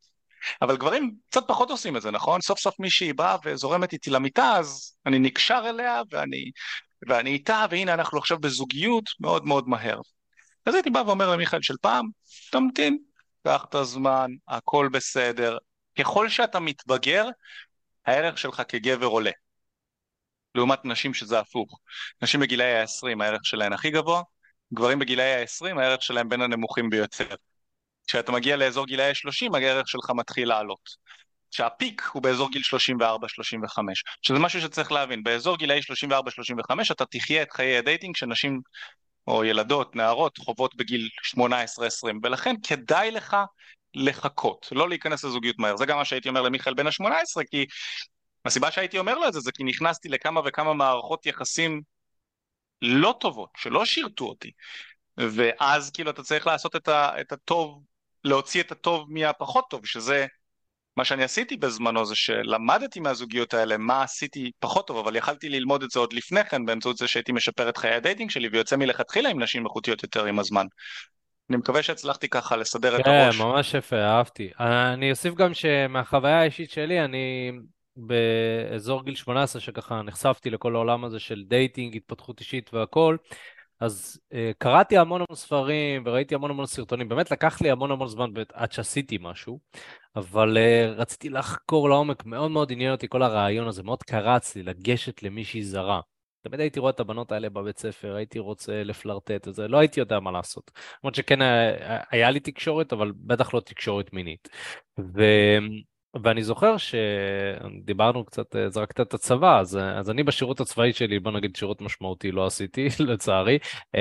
אבל גברים קצת פחות עושים את זה, נכון? סוף סוף מישהי באה וזורמת איתי למיטה, אז אני נקשר אליה ואני איתה, והנה אנחנו עכשיו בזוגיות מאוד מאוד מהר. אז הייתי בא ואומר למיכאל של פעם, תמתין, קח את הזמן, הכל בסדר. ככל שאתה מתבגר, הערך שלך כגבר עולה. לעומת נשים שזה הפוך. נשים בגילאי ה-20 הערך שלהן הכי גבוה, גברים בגילאי ה-20 הערך שלהם בין הנמוכים ביותר. כשאתה מגיע לאזור גילאי ה-30 הערך שלך מתחיל לעלות. שהפיק הוא באזור גיל 34-35, שזה משהו שצריך להבין, באזור גילאי 34-35 אתה תחיה את חיי הדייטינג שנשים או ילדות, נערות, חוות בגיל 18-20, ולכן כדאי לך לחכות, לא להיכנס לזוגיות מהר. זה גם מה שהייתי אומר למיכאל בן ה-18, כי הסיבה שהייתי אומר לו את זה, זה כי נכנסתי לכמה וכמה מערכות יחסים לא טובות, שלא שירתו אותי, ואז כאילו אתה צריך לעשות את הטוב, להוציא את הטוב מהפחות טוב, שזה מה שאני עשיתי בזמנו, זה שלמדתי מהזוגיות האלה מה עשיתי פחות טוב, אבל יכלתי ללמוד את זה עוד לפני כן, באמצעות זה שהייתי משפר את חיי הדייטינג שלי, ויוצא מלכתחילה עם נשים איכותיות יותר עם הזמן. אני מקווה שהצלחתי ככה לסדר את כן, הראש. ממש יפה, אהבתי. אני אוסיף גם שמהחוויה האישית שלי, אני באזור גיל 18, שככה נחשפתי לכל העולם הזה של דייטינג, התפתחות אישית והכל, אז קראתי המון המון ספרים וראיתי המון המון סרטונים, באמת לקח לי המון המון זמן עד שעשיתי משהו, אבל רציתי לחקור לעומק, מאוד מאוד עניין אותי כל הרעיון הזה, מאוד קרץ לי לגשת למישהי זרה. תמיד הייתי רואה את הבנות האלה בבית ספר, הייתי רוצה לפלרטט וזה, לא הייתי יודע מה לעשות. למרות שכן היה לי תקשורת, אבל בטח לא תקשורת מינית. ו... ואני זוכר שדיברנו קצת, זרקת את הצבא, אז אני בשירות הצבאי שלי, בוא נגיד שירות משמעותי לא עשיתי, לצערי.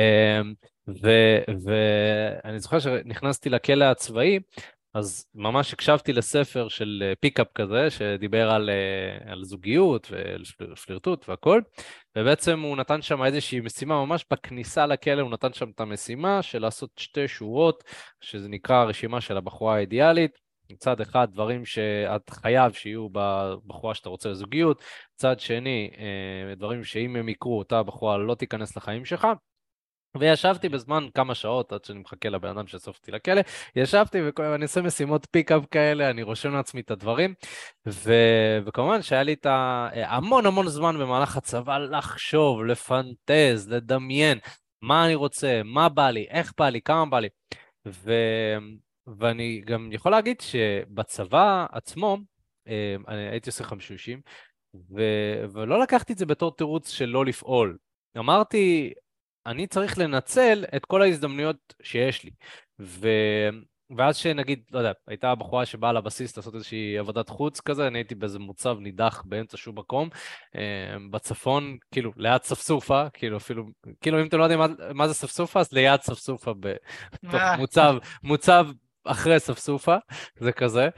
ואני זוכר שנכנסתי לכלא הצבאי, אז ממש הקשבתי לספר של פיקאפ כזה, שדיבר על זוגיות ופלירטוט והכל, ובעצם הוא נתן שם איזושהי משימה, ממש בכניסה לכלא הוא נתן שם את המשימה של לעשות 2 שורות, שזה נקרא הרשימה של הבחורה האידיאלית, מצד אחד דברים שאת חייב שיהיו בבחורה שאתה רוצה לזוגיות, צד שני דברים שאם הם יקרו אותה בחורה לא תיכנס לחיים שלך, וישבתי בזמן כמה שעות עד שאני מחכה לבן אדם שאסוף אותי לכלא, ישבתי ואני עושה משימות פיק-אפ כאלה, אני רושם לעצמי את הדברים, וכמובן שהיה לי את המון המון זמן במהלך הצבא לחשוב, לפנטז, לדמיין, מה אני רוצה, מה בא לי, איך בא לי, כמה בא לי, ו... ואני גם יכול להגיד שבצבא עצמו, אני הייתי עושה חמשושים, ולא לקחתי את זה בתור תירוץ של לא לפעול. אמרתי, אני צריך לנצל את כל ההזדמנויות שיש לי. ואז שנגיד, לא יודע, הייתה בחורה שבאה לבסיס לעשות איזושהי עבודת חוץ כזה, אני הייתי באיזה מוצב נידח באמצע שום מקום, בצפון, כאילו, ליד ספסופה, כאילו אפילו, כאילו אם אתם לא יודעים מה זה ספסופה, אז ליד ספסופה בתוך מוצב אחרי ספסופה, זה כזה,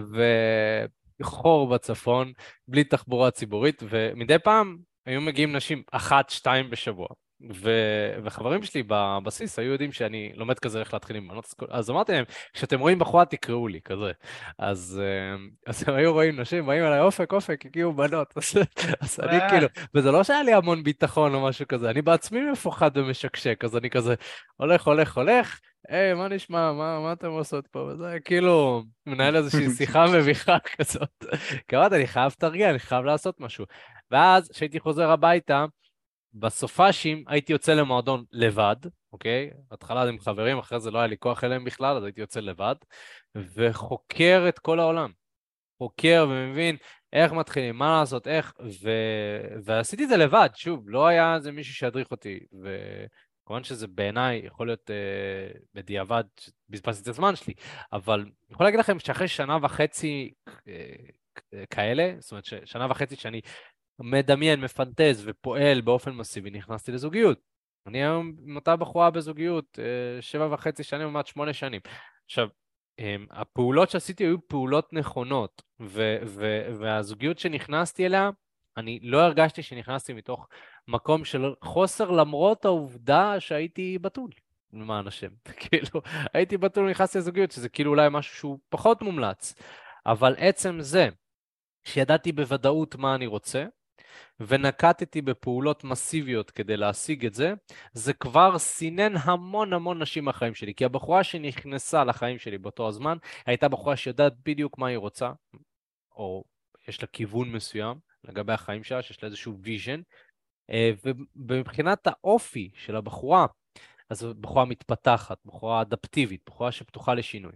וחור בצפון, בלי תחבורה ציבורית, ומדי פעם היו מגיעים נשים 1-2 בשבוע. וחברים שלי בבסיס היו יודעים שאני לומד כזה איך להתחיל עם בנות, אז אמרתי להם, כשאתם רואים בחורה תקראו לי, כזה. אז הם היו רואים נשים, באים אליי, אופק, אופק, הגיעו בנות. אז אני כאילו, וזה לא שהיה לי המון ביטחון או משהו כזה, אני בעצמי מפוחד ומשקשק, אז אני כזה הולך, הולך, הולך, היי, מה נשמע, מה אתם עושות פה? וזה כאילו, מנהל איזושהי שיחה מביכה כזאת. כי אמרתי, אני חייב תרגיע, אני חייב לעשות משהו. ואז, כשהייתי חוזר הביתה, בסופאשים הייתי יוצא למועדון לבד, אוקיי? בהתחלה עם חברים, אחרי זה לא היה לי כוח אליהם בכלל, אז הייתי יוצא לבד, וחוקר את כל העולם. חוקר ומבין איך מתחילים, מה לעשות, איך, ועשיתי את זה לבד, שוב, לא היה איזה מישהו שידריך אותי, וכמובן שזה בעיניי יכול להיות בדיעבד, בזבזתי את הזמן שלי, אבל אני יכול להגיד לכם שאחרי 1.5 כאלה, זאת אומרת שנה וחצי שאני מדמיין, מפנטז ופועל באופן מסיבי, נכנסתי לזוגיות. אני היום עם אותה בחורה בזוגיות, 7.5 שנים, עומת 8 שנים. עכשיו, הפעולות שעשיתי היו פעולות נכונות, והזוגיות שנכנסתי אליה, אני לא הרגשתי שנכנסתי מתוך מקום של חוסר, למרות העובדה שהייתי בתול, למען השם. כאילו, הייתי בתול ונכנסתי לזוגיות, שזה כאילו אולי משהו שהוא פחות מומלץ. אבל עצם זה, שידעתי בוודאות מה אני רוצה, ונקטתי בפעולות מסיביות כדי להשיג את זה, זה כבר סינן המון המון נשים מהחיים שלי, כי הבחורה שנכנסה לחיים שלי באותו הזמן, הייתה בחורה שיודעת בדיוק מה היא רוצה, או יש לה כיוון מסוים לגבי החיים שלה, שיש לה איזשהו ויז'ן, ומבחינת האופי של הבחורה, אז בחורה מתפתחת, בחורה אדפטיבית, בחורה שפתוחה לשינוי.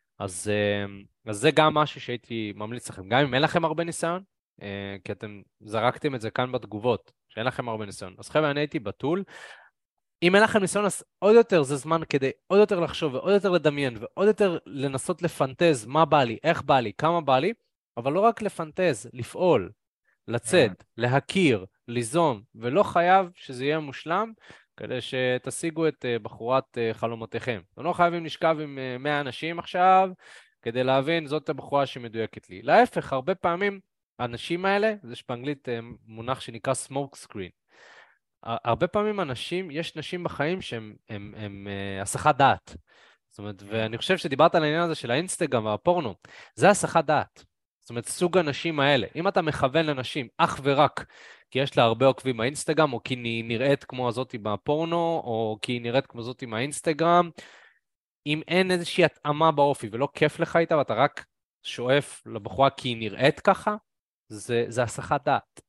אז זה גם משהו שהייתי ממליץ לכם, גם אם אין לכם הרבה ניסיון, כי אתם זרקתם את זה כאן בתגובות, שאין לכם הרבה ניסיון. אז חבר'ה, אני הייתי בטול, אם אין לכם ניסיון, אז עוד יותר זה זמן כדי עוד יותר לחשוב ועוד יותר לדמיין ועוד יותר לנסות לפנטז מה בא לי, איך בא לי, כמה בא לי, אבל לא רק לפנטז, לפעול, לצאת, להכיר, ליזום, ולא חייב שזה יהיה מושלם, כדי שתשיגו את בחורת חלומותיכם. אתם לא חייבים לשכב עם 100 אנשים עכשיו, כדי להבין, זאת הבחורה שמדויקת לי. להפך, הרבה פעמים, האנשים האלה, יש באנגלית מונח שנקרא smoke screen. הרבה פעמים יש נשים בחיים שהם הסחת דעת. זאת אומרת, ואני חושב שדיברת על העניין הזה של האינסטגרם והפורנו, זה הסחת דעת. זאת אומרת, סוג הנשים האלה. אם אתה מכוון לנשים אך ורק כי יש לה הרבה עוקבים באינסטגרם, או כי היא נראית כמו הזאתי בפורנו, או כי היא נראית כמו זאתי מהאינסטגרם, אם אין איזושהי התאמה באופי ולא כיף לך איתה, ואתה רק שואף לבחורה כי היא נראית ככה, זה הסחת דעת.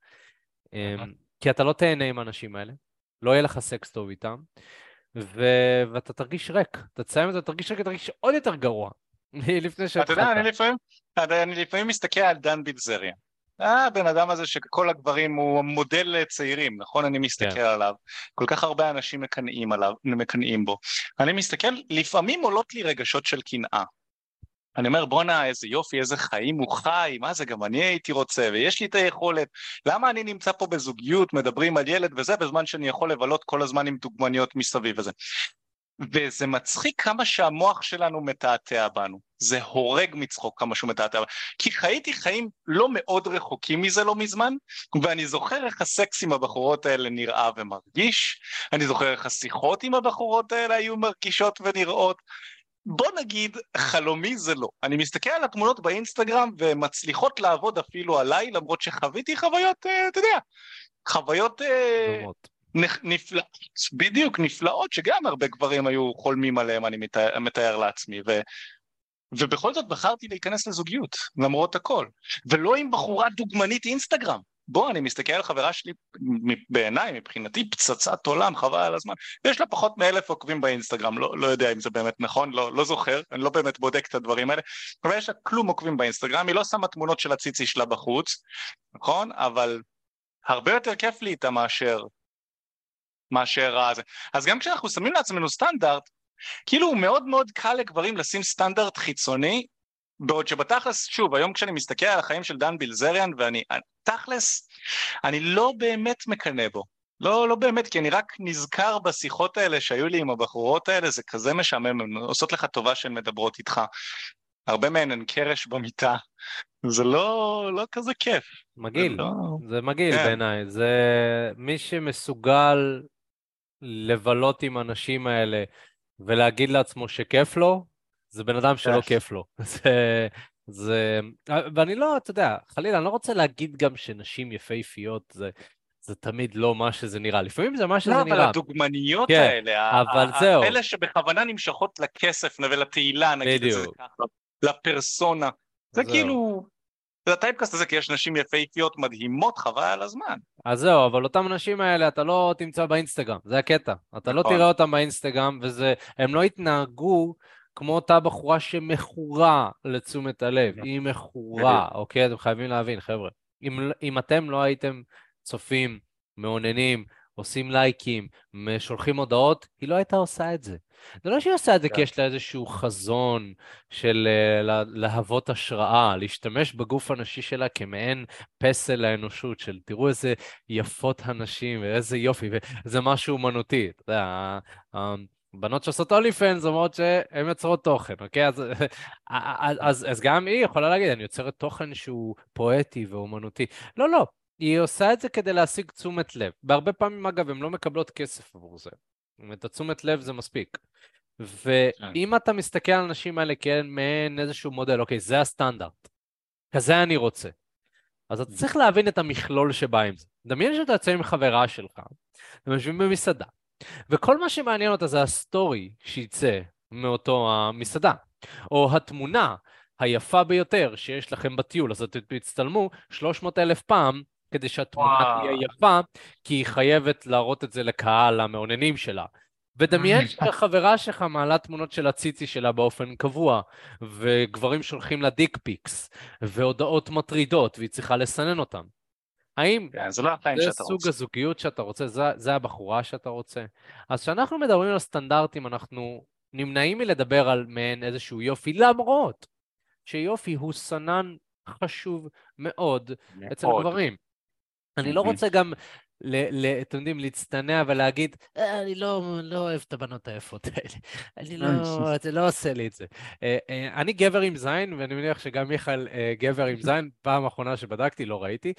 כי אתה לא תהנה עם האנשים האלה, לא יהיה לך סקס טוב איתם, ואתה תרגיש ריק. אתה תסיים את זה, תרגיש ריק, תרגיש עוד יותר גרוע. לפני שהתחלת. אתה יודע, אני לפעמים מסתכל על דן בילזריאן. הבן אדם הזה שכל הגברים הוא מודל צעירים, נכון? אני מסתכל עליו. כל כך הרבה אנשים מקנאים בו. אני מסתכל, לפעמים עולות לי רגשות של קנאה. אני אומר, בואנה, איזה יופי, איזה חיים הוא חי, מה זה, גם אני הייתי רוצה, ויש לי את היכולת. למה אני נמצא פה בזוגיות, מדברים על ילד וזה, בזמן שאני יכול לבלות כל הזמן עם דוגמניות מסביב וזה. וזה מצחיק כמה שהמוח שלנו מתעתע בנו. זה הורג מצחוק כמה שהוא מתעתע בנו. כי חייתי חיים לא מאוד רחוקים מזה לא מזמן, ואני זוכר איך הסקס עם הבחורות האלה נראה ומרגיש, אני זוכר איך השיחות עם הבחורות האלה היו מרגישות ונראות, בוא נגיד, חלומי זה לא. אני מסתכל על התמונות באינסטגרם ומצליחות לעבוד אפילו עליי, למרות שחוויתי חוויות, אתה יודע, חוויות נפלאות, בדיוק נפלאות, שגם הרבה גברים היו חולמים עליהם, אני מתאר לעצמי, ובכל זאת בחרתי להיכנס לזוגיות, למרות הכל, ולא עם בחורה דוגמנית אינסטגרם. בוא, אני מסתכל על חברה שלי, בעיניי, מבחינתי, פצצת עולם, חבל על הזמן. יש לה פחות מ1,000 עוקבים באינסטגרם, לא יודע אם זה באמת נכון, לא זוכר, אני לא באמת בודק את הדברים האלה, אבל יש לה כלום עוקבים באינסטגרם, היא לא שמה תמונות של הציצי שלה בחוץ, נכון? אבל הרבה יותר כיף לי איתה מאשר הזה. אז גם כשאנחנו שמים לעצמנו סטנדרט, כאילו הוא מאוד מאוד קל לגברים לשים סטנדרט חיצוני, בעוד שבתכלס, שוב, היום כשאני מסתכל על החיים של דן בילזריאן, ואני, תכלס, אני לא באמת מקנא בו. לא באמת, כי אני רק נזכר בשיחות האלה שהיו לי עם הבחורות האלה, זה כזה משעמם, הן עושות לך טובה שהן מדברות איתך. הרבה מהן הן קרש במיטה. זה לא כזה כיף. מגעיל, לא... זה מגעיל כן. בעיניי. זה מי שמסוגל לבלות עם האנשים האלה ולהגיד לעצמו שכיף לו, זה בן אדם שלא כיף לו. ואני לא, אתה יודע, חלילה, אני לא רוצה להגיד גם שנשים יפהפיות זה תמיד לא מה שזה נראה. לפעמים זה מה שזה לא, נראה. אבל הדוגמניות כן, האלה, אבל זהו. אלה שבכוונה נמשכות לכסף ולתהילה, נגיד את זה ככה, לפרסונה, זה כאילו, זה הטייפקאסט הזה, כי יש נשים יפהפיות מדהימות, חבל על הזמן. אז זהו, אבל אותם אנשים האלה אתה לא תמצא באינסטגרם, זה הקטע. אתה לא תראה אותם באינסטגרם, והם לא התנהגו כמו אותה בחורה שמכורה לתשומת הלב. היא מכורה, אוקיי? אתם חייבים להבין, חבר'ה. אם אתם לא הייתם צופים, מעוננים, עושים לייקים, שולחים הודעות, היא לא הייתה עושה את זה. זה לא שהיא עושה את זה כי יש לה איזשהו חזון של להוות השראה, להשתמש בגוף הנשי שלה כמעין פסל לאנושות, של תראו איזה יפות הנשים ואיזה יופי, וזה משהו אומנותי. אתה יודע, בנות שעושות אוליפנס אומרות שהן יוצרות תוכן, אוקיי? אז גם היא יכולה להגיד, אני יוצרת תוכן שהוא פואטי ואומנותי. לא. היא עושה את זה כדי להשיג תשומת לב. בהרבה פעמים, אגב, הן לא מקבלות כסף עבור זה. את התשומת לב זה מספיק. ואם אתה מסתכל על אנשים האלה כאין מעין איזשהו מודל, אוקיי, זה הסטנדרט. כזה אני רוצה. אז אתה צריך להבין את המכלול שבא עם זה. דמיין שאתה יוצא עם חברה שלך, הם יושבים במסעדה, וכל מה שמעניין אותה זה הסטורי שיצא מאותו המסעדה, או התמונה היפה ביותר שיש לכם בטיול, אז אתם תצטלמו 300,000 פעם, כדי שהתמונה תהיה וואו. יפה, כי היא חייבת להראות את זה לקהל המעוננים שלה. ודמיין שהחברה שלך מעלה תמונות של הציצי שלה באופן קבוע, וגברים שולחים לה דיק פיקס, והודעות מטרידות, והיא צריכה לסנן אותם. האם כן, זה לא החיים זה שאתה סוג רוצה. הזוגיות שאתה רוצה? זה הבחורה שאתה רוצה? אז כשאנחנו מדברים על סטנדרטים, אנחנו נמנעים מלדבר על מעין איזשהו יופי, למרות שיופי הוא סנן חשוב מאוד אצל מאוד. גברים. אני לא רוצה גם, אתם יודעים, להצטנע ולהגיד, אני לא אוהב את הבנות היפות האלה. זה לא עושה לי את זה. אני גבר עם זין, ואני מניח שגם מיכאל גבר עם זין, פעם האחרונה שבדקתי, לא ראיתי.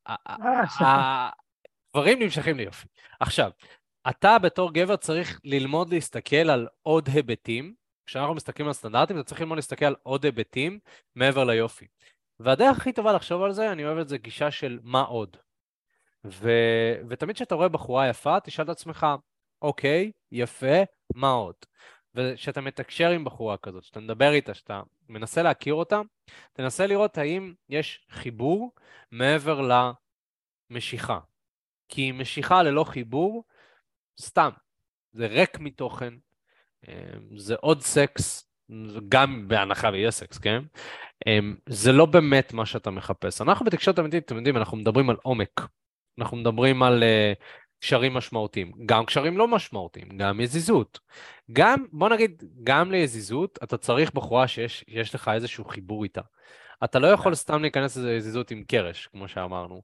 הגברים נמשכים ליופי. עכשיו, אתה בתור גבר צריך ללמוד להסתכל על עוד היבטים. כשאנחנו מסתכלים על סטנדרטים, אתה צריך ללמוד להסתכל על עוד היבטים מעבר ליופי. והדרך הכי טובה לחשוב על זה, אני אוהב את זה גישה של מה עוד. ותמיד כשאתה רואה בחורה יפה, תשאל את עצמך, אוקיי, יפה, מה עוד? וכשאתה מתקשר עם בחורה כזאת, שאתה מדבר איתה, שאתה מנסה להכיר אותה, תנסה לראות האם יש חיבור מעבר למשיכה. כי משיכה ללא חיבור, סתם, זה ריק מתוכן, זה עוד סקס, גם בהנחה ויהיה סקס, כן? זה לא באמת מה שאתה מחפש. אנחנו בתקשורת אמיתית, אתם יודעים, אנחנו מדברים על עומק. אנחנו מדברים על קשרים משמעותיים. גם קשרים לא משמעותיים, גם יזיזות. גם, בוא נגיד, גם ליזיזות, אתה צריך בחורה שיש לך איזשהו חיבור איתה. אתה לא יכול סתם להיכנס ליזיזות עם קרש, כמו שאמרנו.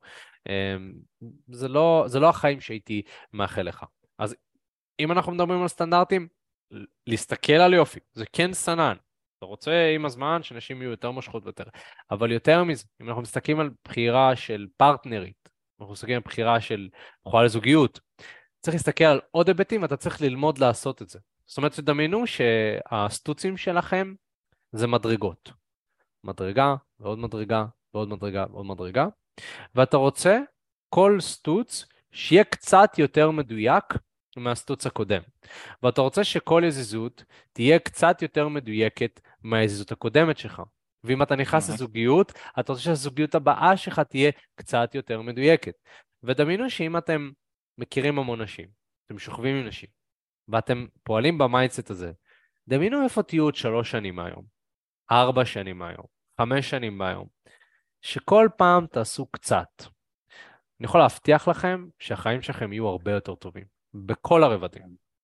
זה לא החיים שהייתי מאחל לך. אז אם אנחנו מדברים על סטנדרטים, להסתכל על יופי, זה כן סנן. אתה רוצה עם הזמן שנשים יהיו יותר מושכות ויותר. אבל יותר מזה, אם אנחנו מסתכלים על בחירה של פרטנרית, אנחנו מסתכלים על בחירה של בחורה לזוגיות, צריך להסתכל על עוד היבטים, אתה צריך ללמוד לעשות את זה. זאת אומרת, תדמיינו שהסטוצים שלכם זה מדרגות. מדרגה ועוד מדרגה ועוד מדרגה ועוד מדרגה, ואתה רוצה כל סטוץ שיהיה קצת יותר מדויק מהסטוץ הקודם. ואתה רוצה שכל יזיזות תהיה קצת יותר מדויקת מהיזיזות הקודמת שלך. ואם אתה נכנס לזוגיות, אתה רוצה שהזוגיות הבאה שלך תהיה קצת יותר מדויקת. ודמיינו שאם אתם מכירים המון נשים, אתם שוכבים עם נשים, ואתם פועלים במיינדסט הזה, דמיינו איפה תהיו עוד 3 שנים מהיום, 4 שנים מהיום, 5 שנים מהיום, שכל פעם תעשו קצת. אני יכול להבטיח לכם שהחיים שלכם יהיו הרבה יותר טובים, בכל הרבדים.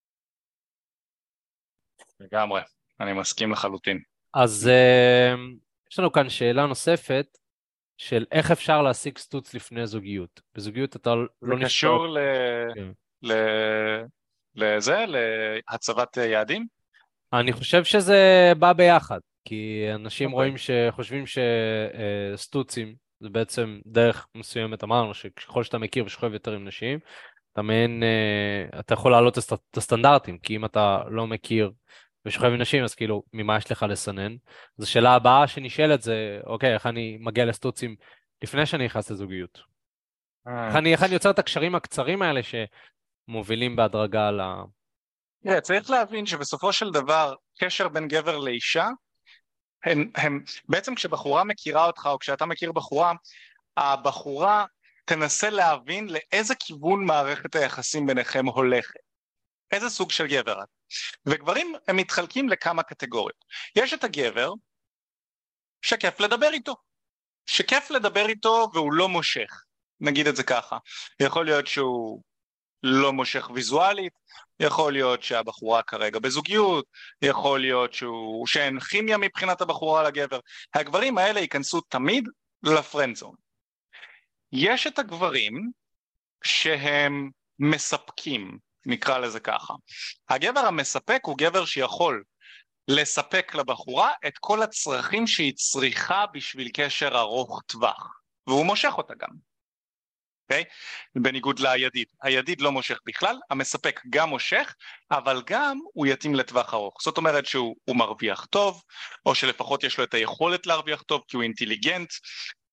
לגמרי, אני מסכים לחלוטין. אז יש לנו כאן שאלה נוספת, של איך אפשר להשיג סטוץ לפני זוגיות. בזוגיות אתה זה לא נשאר... קשור לזה, להצבת יעדים? אני חושב שזה בא ביחד, כי אנשים אוקיי. חושבים שסטוצים זה בעצם דרך מסוימת, אמרנו שככל שאתה מכיר ושוכב יותר עם נשים, אתה יכול להעלות את הסטנדרטים, כי אם אתה לא מכיר ושוכב עם נשים, אז כאילו, ממה יש לך לסנן? אז השאלה הבאה שנשאלת זה, אוקיי, איך אני מגיע לסטוצים לפני שאני נכנס לזוגיות? איך אני יוצר את הקשרים הקצרים האלה שמובילים בהדרגה צריך להבין שבסופו של דבר, קשר בין גבר לאישה, בעצם כשבחורה מכירה אותך, או כשאתה מכיר בחורה, הבחורה תנסה להבין לאיזה כיוון מערכת היחסים ביניכם הולכת. איזה סוג של גבר את. וגברים הם מתחלקים לכמה קטגוריות. יש את הגבר שכיף לדבר איתו. שכיף לדבר איתו והוא לא מושך. נגיד את זה ככה. יכול להיות שהוא לא מושך ויזואלית, יכול להיות שהבחורה כרגע בזוגיות, יכול להיות שאין כימיה מבחינת הבחורה לגבר. הגברים האלה ייכנסו תמיד לפרנדזון. יש את הגברים שהם מספקים, נקרא לזה ככה. הגבר המספק הוא גבר שיכול לספק לבחורה את כל הצרכים שהיא צריכה בשביל קשר ארוך טווח, והוא מושך אותה גם. Okay? בניגוד לידיד. הידיד לא מושך בכלל, המספק גם מושך, אבל גם הוא יתאים לטווח ארוך. זאת אומרת שהוא מרוויח טוב, או שלפחות יש לו את היכולת להרוויח טוב כי הוא אינטליגנט,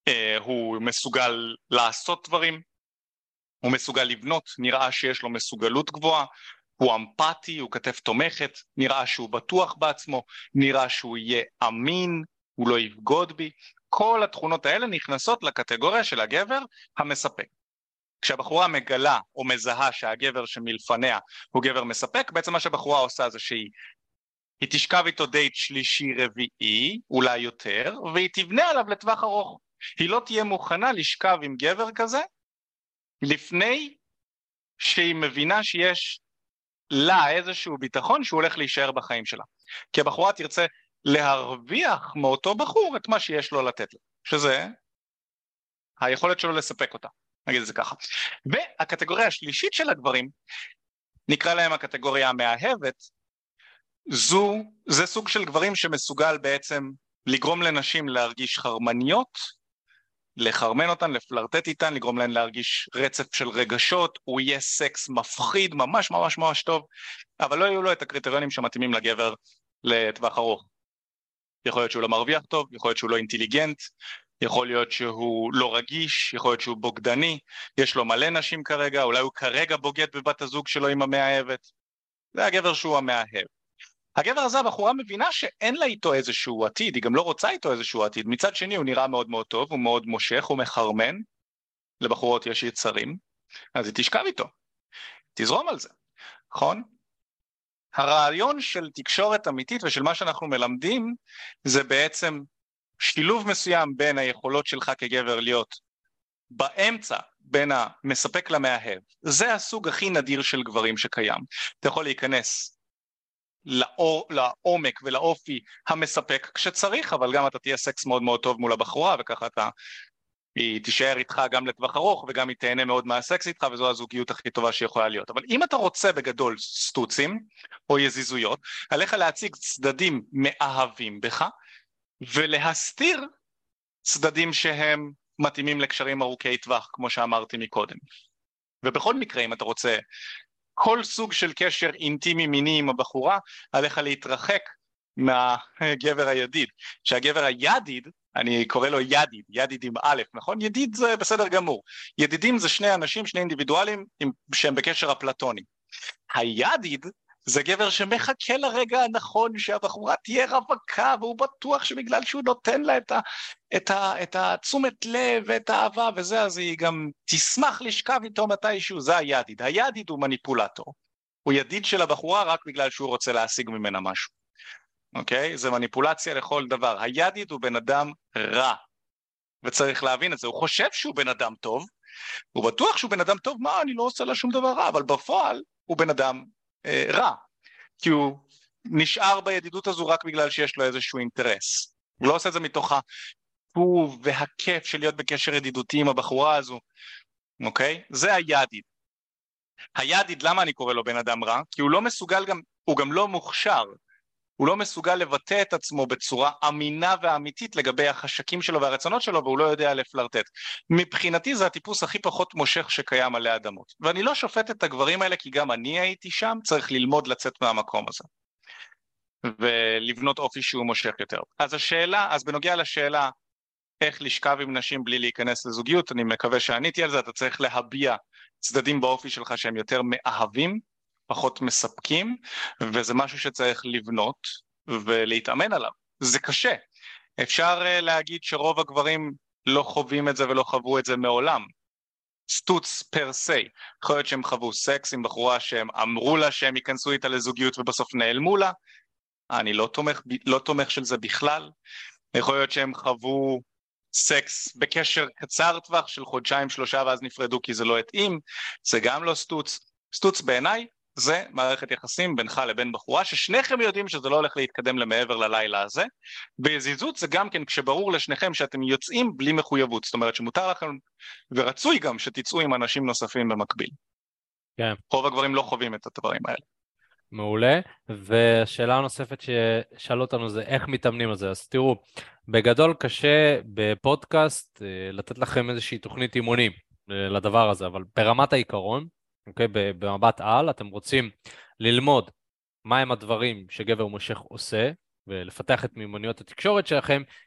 הוא מסוגל לעשות דברים, הוא מסוגל לבנות, נראה שיש לו מסוגלות גבוהה, הוא אמפתי, הוא כתף תומכת, נראה שהוא בטוח בעצמו, נראה שהוא יהיה אמין, הוא לא יבגוד בי. כל התכונות האלה נכנסות לקטגוריה של הגבר המספק. כשהבחורה מגלה או מזהה שהגבר שמלפניה הוא גבר מספק, בעצם מה שהבחורה עושה זה שהיא תשכב איתו דייט שלישי רביעי, אולי יותר, והיא תבנה עליו לטווח ארוך. היא לא תהיה מוכנה לשכב עם גבר כזה לפני שהיא מבינה שיש לה איזשהו ביטחון שהוא הולך להישאר בחיים שלה. כי הבחורה תרצה להרוויח מאותו בחור את מה שיש לו לתת לו, שזה היכולת שלו לספק אותה, נגיד את זה ככה. והקטגוריה השלישית של הגברים, נקרא להם הקטגוריה המאהבת, זה סוג של גברים שמסוגל בעצם לגרום לנשים להרגיש חרמניות, לחרמן אותן, לפלרטט איתן, לגרום להן להרגיש רצף של רגשות, הוא יהיה סקס מפחיד, ממש ממש ממש טוב, אבל לא יהיו לו את הקריטריונים שמתאימים לגבר לטווח ארוך. יכול להיות שהוא לא מרוויח טוב, יכול להיות שהוא לא אינטליגנט, יכול להיות שהוא לא רגיש, יכול להיות שהוא בוגדני, יש לו מלא נשים כרגע, אולי הוא כרגע בוגד בבת הזוג שלו עם המאהבת. זה הגבר שהוא המאהב. הגבר הזה, הבחורה מבינה שאין לה איתו איזשהו עתיד, היא גם לא רוצה איתו איזשהו עתיד. מצד שני הוא נראה מאוד מאוד טוב, הוא מאוד מושך, הוא מחרמן, לבחורות יש יצרים, אז היא תשכב איתו, תזרום על זה, נכון? הרעיון של תקשורת אמיתית ושל מה שאנחנו מלמדים, זה בעצם שילוב מסוים בין היכולות שלך כגבר להיות באמצע, בין המספק למאהב. זה הסוג הכי נדיר של גברים שקיים. אתה יכול להיכנס לעומק ולאופי המספק כשצריך, אבל גם אתה תהיה סקס מאוד מאוד טוב מול הבחורה, וככה היא תישאר איתך גם לטווח ארוך, וגם היא תהנה מאוד מהסקס איתך, וזו הזוגיות הכי טובה שיכולה להיות. אבל אם אתה רוצה בגדול סטוצים, או יזיזויות, עליך להציג צדדים מאהבים בך, ולהסתיר צדדים שהם מתאימים לקשרים ארוכי טווח, כמו שאמרתי מקודם. ובכל מקרה, אם אתה רוצה כל סוג של קשר אינטימי מיני עם הבחורה, עליך להתרחק מהגבר הידיד. שהגבר הידיד, אני קורא לו ידיד, ידיד עם א', נכון? ידיד זה בסדר גמור. ידידים זה שני אנשים, שני אינדיבידואלים שהם בקשר אפלטוני. הידיד זה גבר שמחכה לרגע הנכון שהבחורה תהיה רווקה, והוא בטוח שבגלל שהוא נותן לה את התשומת לב ואת האהבה וזה, אז היא גם תשמח לשכב איתו מתישהו. זה הידיד. הידיד הוא מניפולטור. הוא ידיד של הבחורה רק בגלל שהוא רוצה להשיג ממנה משהו. אוקיי? זה מניפולציה לכל דבר. הידיד הוא בן אדם רע. וצריך להבין את זה. הוא חושב שהוא בן אדם טוב, הוא בטוח שהוא בן אדם טוב, מה, אני לא עושה לה שום דבר רע, אבל בפועל הוא בן אדם רע, כי הוא נשאר בידידות הזו רק בגלל שיש לו איזשהו אינטרס. הוא לא עושה את זה מתוך הטוב והכיף של להיות בקשר ידידותי עם הבחורה הזו, אוקיי? זה הידיד. הידיד, למה אני קורא לו בן אדם רע? כי הוא לא מסוגל גם, הוא גם לא מוכשר, הוא לא מסוגל לבטא את עצמו בצורה אמינה ואמיתית לגבי החשקים שלו והרצונות שלו, והוא לא יודע לפלרטט. מבחינתי זה הטיפוס הכי פחות מושך שקיים עלי אדמות. ואני לא שופט את הגברים האלה, כי גם אני הייתי שם, צריך ללמוד לצאת מהמקום הזה. ולבנות אופי שהוא מושך יותר. אז בנוגע לשאלה איך לשכב עם נשים בלי להיכנס לזוגיות, אני מקווה שעניתי על זה. אתה צריך להביע צדדים באופי שלך שהם יותר מאהבים, פחות מספקים, וזה משהו שצריך לבנות ולהתאמן עליו. זה קשה. אפשר להגיד שרוב הגברים לא חווים את זה ולא חוו את זה מעולם. סטוץ פר סי. יכול להיות שהם חוו סקס עם בחורה שהם אמרו לה שהם ייכנסו איתה לזוגיות ובסוף נעלמו לה. אני לא תומך של זה בכלל. יכול להיות שהם חוו סקס בקשר קצר טווח של חודשיים, 3 ואז נפרדו כי זה לא התאים. זה גם לא סטוץ. סטוץ בעיניי זה מערכת יחסים בינך לבין בחורה, ששניכם יודעים שזה לא הולך להתקדם למעבר ללילה הזה, ויזיזות זה גם כן כשברור לשניכם שאתם יוצאים בלי מחויבות, זאת אומרת שמותר לכם, ורצוי גם שתצאו עם אנשים נוספים במקביל. כן. רוב הגברים לא חווים את הדברים האלה. מעולה, והשאלה הנוספת ששאלו אותנו זה איך מתאמנים על זה. אז תראו, בגדול קשה בפודקאסט לתת לכם איזושהי תוכנית אימונים לדבר הזה, אבל ברמת העיקרון, אוקיי, במבט על, אתם רוצים ללמוד מהם הדברים שגבר מושך עושה, ולפתח את מיומנויות התקשורת שלכם,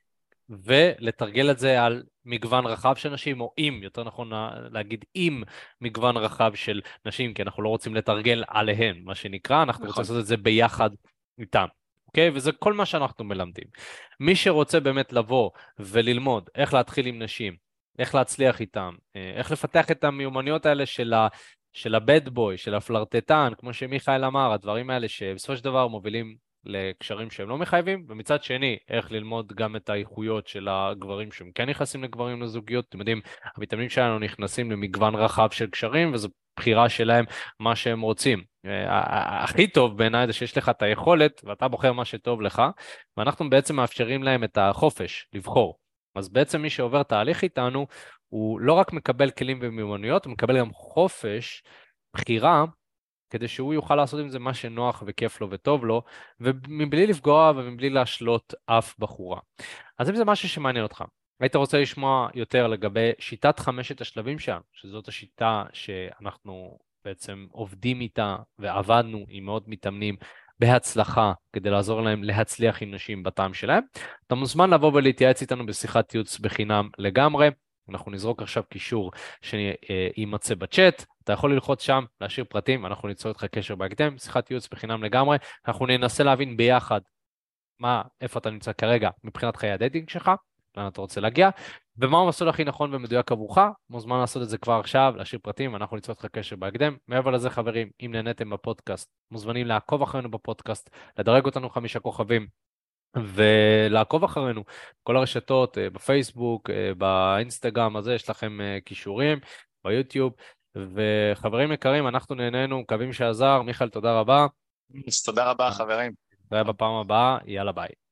ולתרגל את זה על מגוון רחב של נשים, או עם, יותר נכון להגיד עם מגוון רחב של נשים, כי אנחנו לא רוצים לתרגל עליהן, מה שנקרא, אנחנו רוצים נכון. לעשות את זה ביחד איתם. אוקיי? וזה כל מה שאנחנו מלמדים. מי שרוצה באמת לבוא וללמוד איך להתחיל עם נשים, איך להצליח איתם, איך לפתח את המיומנויות האלה של הבד בוי, של הפלרטטן, כמו שמיכאל אמר, הדברים האלה שבסופו של דבר מובילים לקשרים שהם לא מחייבים, ומצד שני, איך ללמוד גם את האיכויות של הגברים שהם כן נכנסים לגברים לזוגיות. אתם יודעים, המתאמנים שלנו נכנסים למגוון רחב של קשרים, וזו בחירה שלהם מה שהם רוצים. הכי טוב בעיניי זה שיש לך את היכולת, ואתה בוחר מה שטוב לך, ואנחנו בעצם מאפשרים להם את החופש לבחור. אז בעצם מי שעובר תהליך איתנו, הוא לא רק מקבל כלים ומיומנויות, הוא מקבל גם חופש, בחירה, כדי שהוא יוכל לעשות עם זה מה שנוח וכיף לו וטוב לו, ומבלי לפגוע ומבלי להשלות אף בחורה. אז אם זה משהו שמעניין אותך, היית רוצה לשמוע יותר לגבי שיטת 5 השלבים שלנו, שזאת השיטה שאנחנו בעצם עובדים איתה ועבדנו עם מאוד מתאמנים בהצלחה, כדי לעזור להם להצליח עם נשים בטעם שלהם, אתה מוזמן לבוא ולהתייעץ איתנו בשיחת ייעוץ בחינם לגמרי. אנחנו נזרוק עכשיו קישור שימצא בצ'אט, אתה יכול ללחוץ שם, להשאיר פרטים, אנחנו ניצור איתך קשר בהקדם, שיחת ייעוץ בחינם לגמרי, אנחנו ננסה להבין ביחד איפה אתה נמצא כרגע מבחינת חיי הדייטינג שלך, לאן אתה רוצה להגיע, ומה המסלול הכי נכון ומדויק עבורך. מוזמן לעשות את זה כבר עכשיו, להשאיר פרטים, אנחנו ניצור איתך קשר בהקדם. מעבר לזה חברים, אם נהניתם בפודקאסט, מוזמנים לעקוב אחרינו בפודקאסט, לדרג אותנו 5 כוכבים, ולעקוב אחרינו, כל הרשתות, בפייסבוק, באינסטגרם הזה, יש לכם קישורים, ביוטיוב, וחברים יקרים, אנחנו נהנינו, מקווים שעזר. מיכאל, תודה רבה. אז תודה רבה חברים. נתראה בפעם הבאה, יאללה ביי.